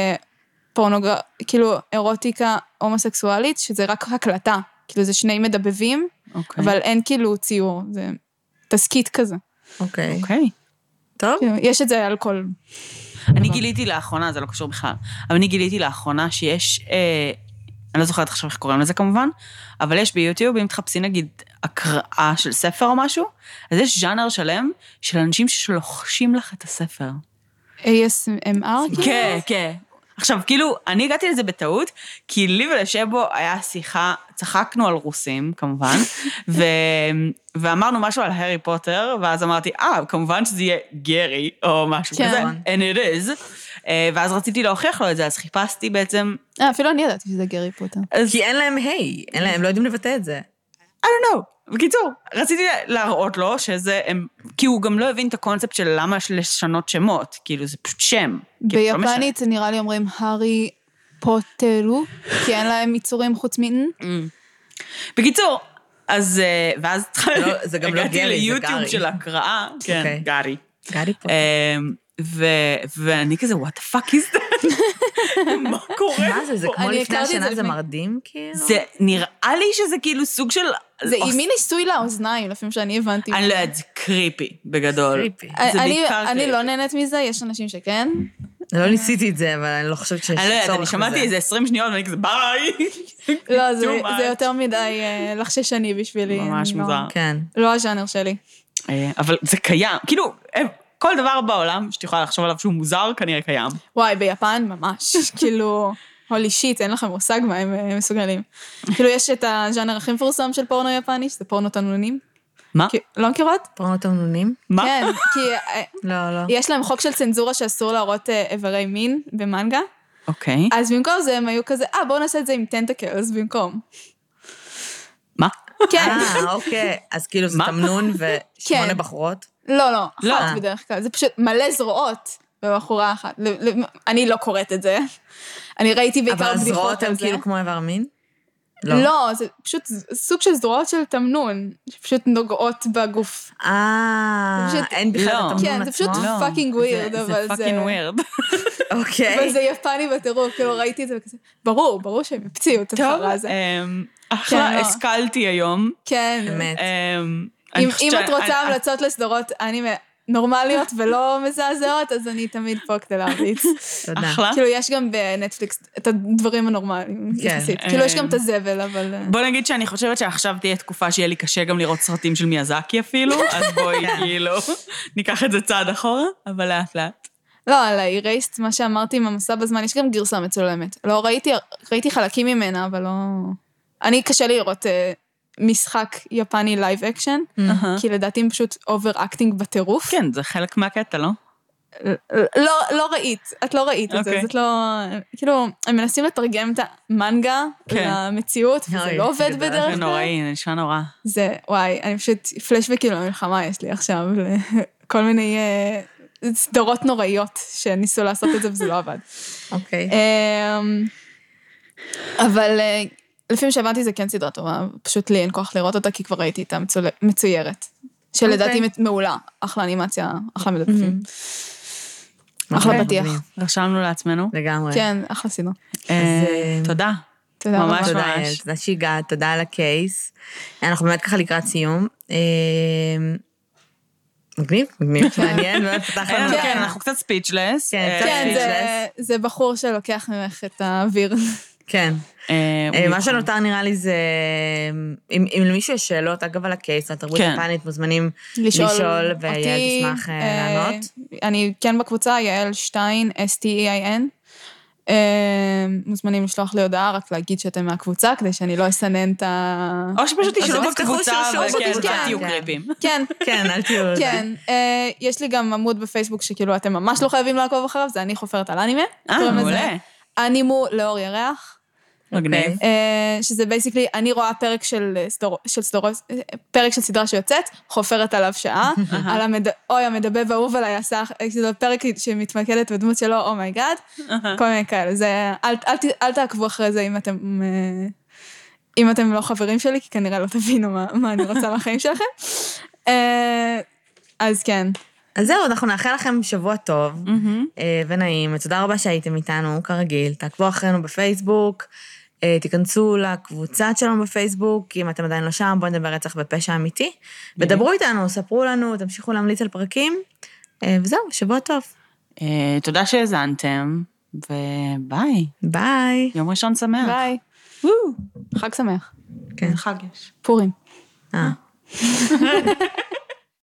כאילו אירוטיקה הומוסקסואלית, שזה רק הקלטה, כאילו זה שני מדבבים, אבל אין כאילו ציור, זה תסקית כזה. אוקיי. טוב. יש את זה על כל... אני גיליתי לאחרונה, זה לא קשור בכלל, אבל אני גיליתי לאחרונה שיש... אני לא זוכרת עכשיו איך קוראים לזה כמובן, אבל יש ביוטיוב, אם תחפשי נגיד הקראה של ספר או משהו, אז יש ז'אנר שלם של אנשים שלוחשים לך את הספר. ASMR? כן, כן. עכשיו, כאילו, אני הגעתי לזה בטעות, כי לי ולשבו היה שיחה, צחקנו על רוסים, כמובן, ואמרנו משהו על הארי פוטר, ואז אמרתי, כמובן שזה יהיה גרי, או משהו כזה, and it is, ואז רציתי להוכיח לו את זה, אז חיפשתי בעצם... אפילו אני ידעתי שזה גרי פוטר. כי אין להם הם לא יודעים לבטא את זה. I don't know. בקיצור, רציתי להראות לו שזה, כי הוא גם לא הבין את הקונספט של למה יש לשנות שמות, כאילו זה פשוט שם. ביפנית זה נראה לי אומרים הארי פוטרו, כי אין להם יצורים חוץ מין. בקיצור, אז, ואז זה גם לא הגעתי גרי, זה ליוטיוב גרי. של הקראה, כן, גרי. גרי פה. ואני כזה, what the fuck is that? מה קורה? מה זה? זה כמו אני לפני הכרתי את השנה, זה זה לפני- מרדים כאילו? זה נראה לי שזה כאילו סוג של... זה עם מי ניסוי לאוזניים, לפעמים שאני הבנתי. אני לא יודעת, זה קריפי בגדול. קריפי. זה בעיקר אני קריפי. לא נהנית מזה, יש אנשים שכן. לא ניסיתי את זה, אבל אני לא חושבת שיש צורך אני בזה. לא יודעת, אני שמעתי איזה 20 שניות ואני כזה ביי. לא, זה Too much. יותר מדי לחששני בשבילי. ממש אני לא- מוזר. כן. לא הז'אנר שלי. אבל זה קיים, כאילו, כל דבר בעולם שאת יכולה לחשוב עליו שהוא מוזר, כנראה קיים. וואי, ביפן ממש, כאילו, הולי שיט, אין לכם מושג מה הם מסוגלים. כאילו, יש את הז'אנר הכי מפורסם של פורנו יפני, שזה פורנו תמנונים. מה? לא מכירות? פורנו תמנונים? מה? כן, כי לא, לא. יש להם חוק של צנזורה שאסור להראות איברי מין במנגה, אוקיי. אז במקום זה הם היו כזה, בואו נעשה את זה עם טנטקלס במקום. מה? כן. אוקיי. אז כאילו זה מה? תמנון ושמונה כן. בחורות? לא, לא. אחת בדרך כלל, זה פשוט מלא זרועות בבחורה אחת. אני לא קוראת את זה. אני ראיתי בעיקר אבל בדיחות הזרועות על הן זה. כאילו כמו איבר מין? לא, זה פשוט סוג של זרועות של תמנון, שפשוט נוגעות בגוף. פשוט- אין בכלל לא. את התמנון עצמו? כן, זה פשוט פאקינג ווירד, אבל זה פאקינג ווירד. אוקיי. אבל זה יפני בטירוף, כאילו ראיתי את זה וכזה, ברור שהם הפציעו את טוב, הדבר הזה. אחלה, כן, לא. השכלתי היום. כן. באמת. אני אם חושבת את רוצה המלצות לסדרות אנימה נורמליות ולא מזעזעות, אז אני תמיד פה כדי להמליץ. תודה. אחלה. כאילו, יש גם בנטפליקס את הדברים הנורמליים, כן. יחסית. כאילו, יש גם את הזבל, אבל... בוא נגיד שאני חושבת שעכשיו תהיה תקופה שיהיה לי קשה גם לראות סרטים של מיאזקי אפילו, אז בואי כאילו, ניקח את זה צעד אחורה, אבל לאט לאט. לא, על האירייסט, מה שאמרתי עם המסע בזמן, יש גם גרסה מצולמת. לא, ראיתי חלקים ממנה, אבל לא... אני קשה לי לראות משחק יפני לייב אקשן, כי לדעתי הם פשוט אובר אקטינג בטירוף. כן, זה חלק מהקטע, לא? לא ראית, את לא ראית את זה, אוקיי. אז את לא... כאילו, הם מנסים לתרגם את המנגה כן. למציאות, וזה אוי, לא עובד גדול. בדרך זה כלל. נוראי, זה נשמע נורא. זה, וואי, אני פשוט, פלשבקים למלחמה יש לי עכשיו, כל מיני סדרות נוראיות שניסו לעשות את זה וזה לא עבד. אוקיי. אבל לפי מה שהבנתי זה כן סדרה טובה, פשוט לי אין כוח לראות אותה, כי כבר ראיתי את המצוירת, שלדעתי מעולה, אחלה אנימציה, אחלה מדפים. אחלה אוקיי, פתיח. מגניב. רשמנו לעצמנו. לגמרי. כן, אחלה סדרה. תודה. תודה ממש רבה. תודה, ממש. יעל, תודה שהגעת, תודה על הקייס. אנחנו באמת ככה לקראת סיום. מגניב, מעניין, באמת פתח לנו. כן. כן, אנחנו קצת ספיצ'לס. כן, קצת כן, speechless. זה בחור שלוקח ממך את האוויר. כן. מה שנותר נראה לי זה, אם למישהו יש שאלות, אגב על הקייס, התרבות כן. היפנית, מוזמנים לשאול לשאול, אותי, ויעל תשמח לענות. אני כן בקבוצה, יעל שטיין, STEIN. מוזמנים לשלוח לי הודעה, רק להגיד שאתם מהקבוצה, כדי שאני לא אסנן את ה... או שפשוט תשאלו אז תפתחו בקבוצה, שוב, וכן, כן. אל תהיו כן. קריפים. כן, כן, אל תהיו... כן. יש לי גם עמוד בפייסבוק שכאילו אתם ממש לא חייבים לעקוב אחריו, זה אני חופרת על אנימה. קוראים לזה מעולה. אנימו לאור ירח. מגניב. שזה בייסיקלי, אני רואה פרק של פרק של סדרה שיוצאת, חופרת עליו שעה, על אוי, המדבב האהוב עליי, זה פרק שמתמקדת בדמות שלו, אומייגאד, כל מיני כאלה, זה, אל תעקבו אחרי זה אם אתם לא חברים שלי, כי כנראה לא תבינו מה אני רוצה מהחיים שלכם. אז כן. אז זהו, אנחנו נאחל לכם שבוע טוב ונעים, תודה רבה שהייתם איתנו, כרגיל, תעקבו אחרינו בפייסבוק, תיכנסו לקבוצה שלנו בפייסבוק, אם אתם עדיין לא שם, בואו נדבר רצח בפשע אמיתי, ודברו איתנו, ספרו לנו, תמשיכו להמליץ על פרקים, וזהו, שבוע טוב. תודה שהאזנתם, וביי. ביי. יום ראשון שמח. ביי. חג שמח. כן. חג יש. פורים.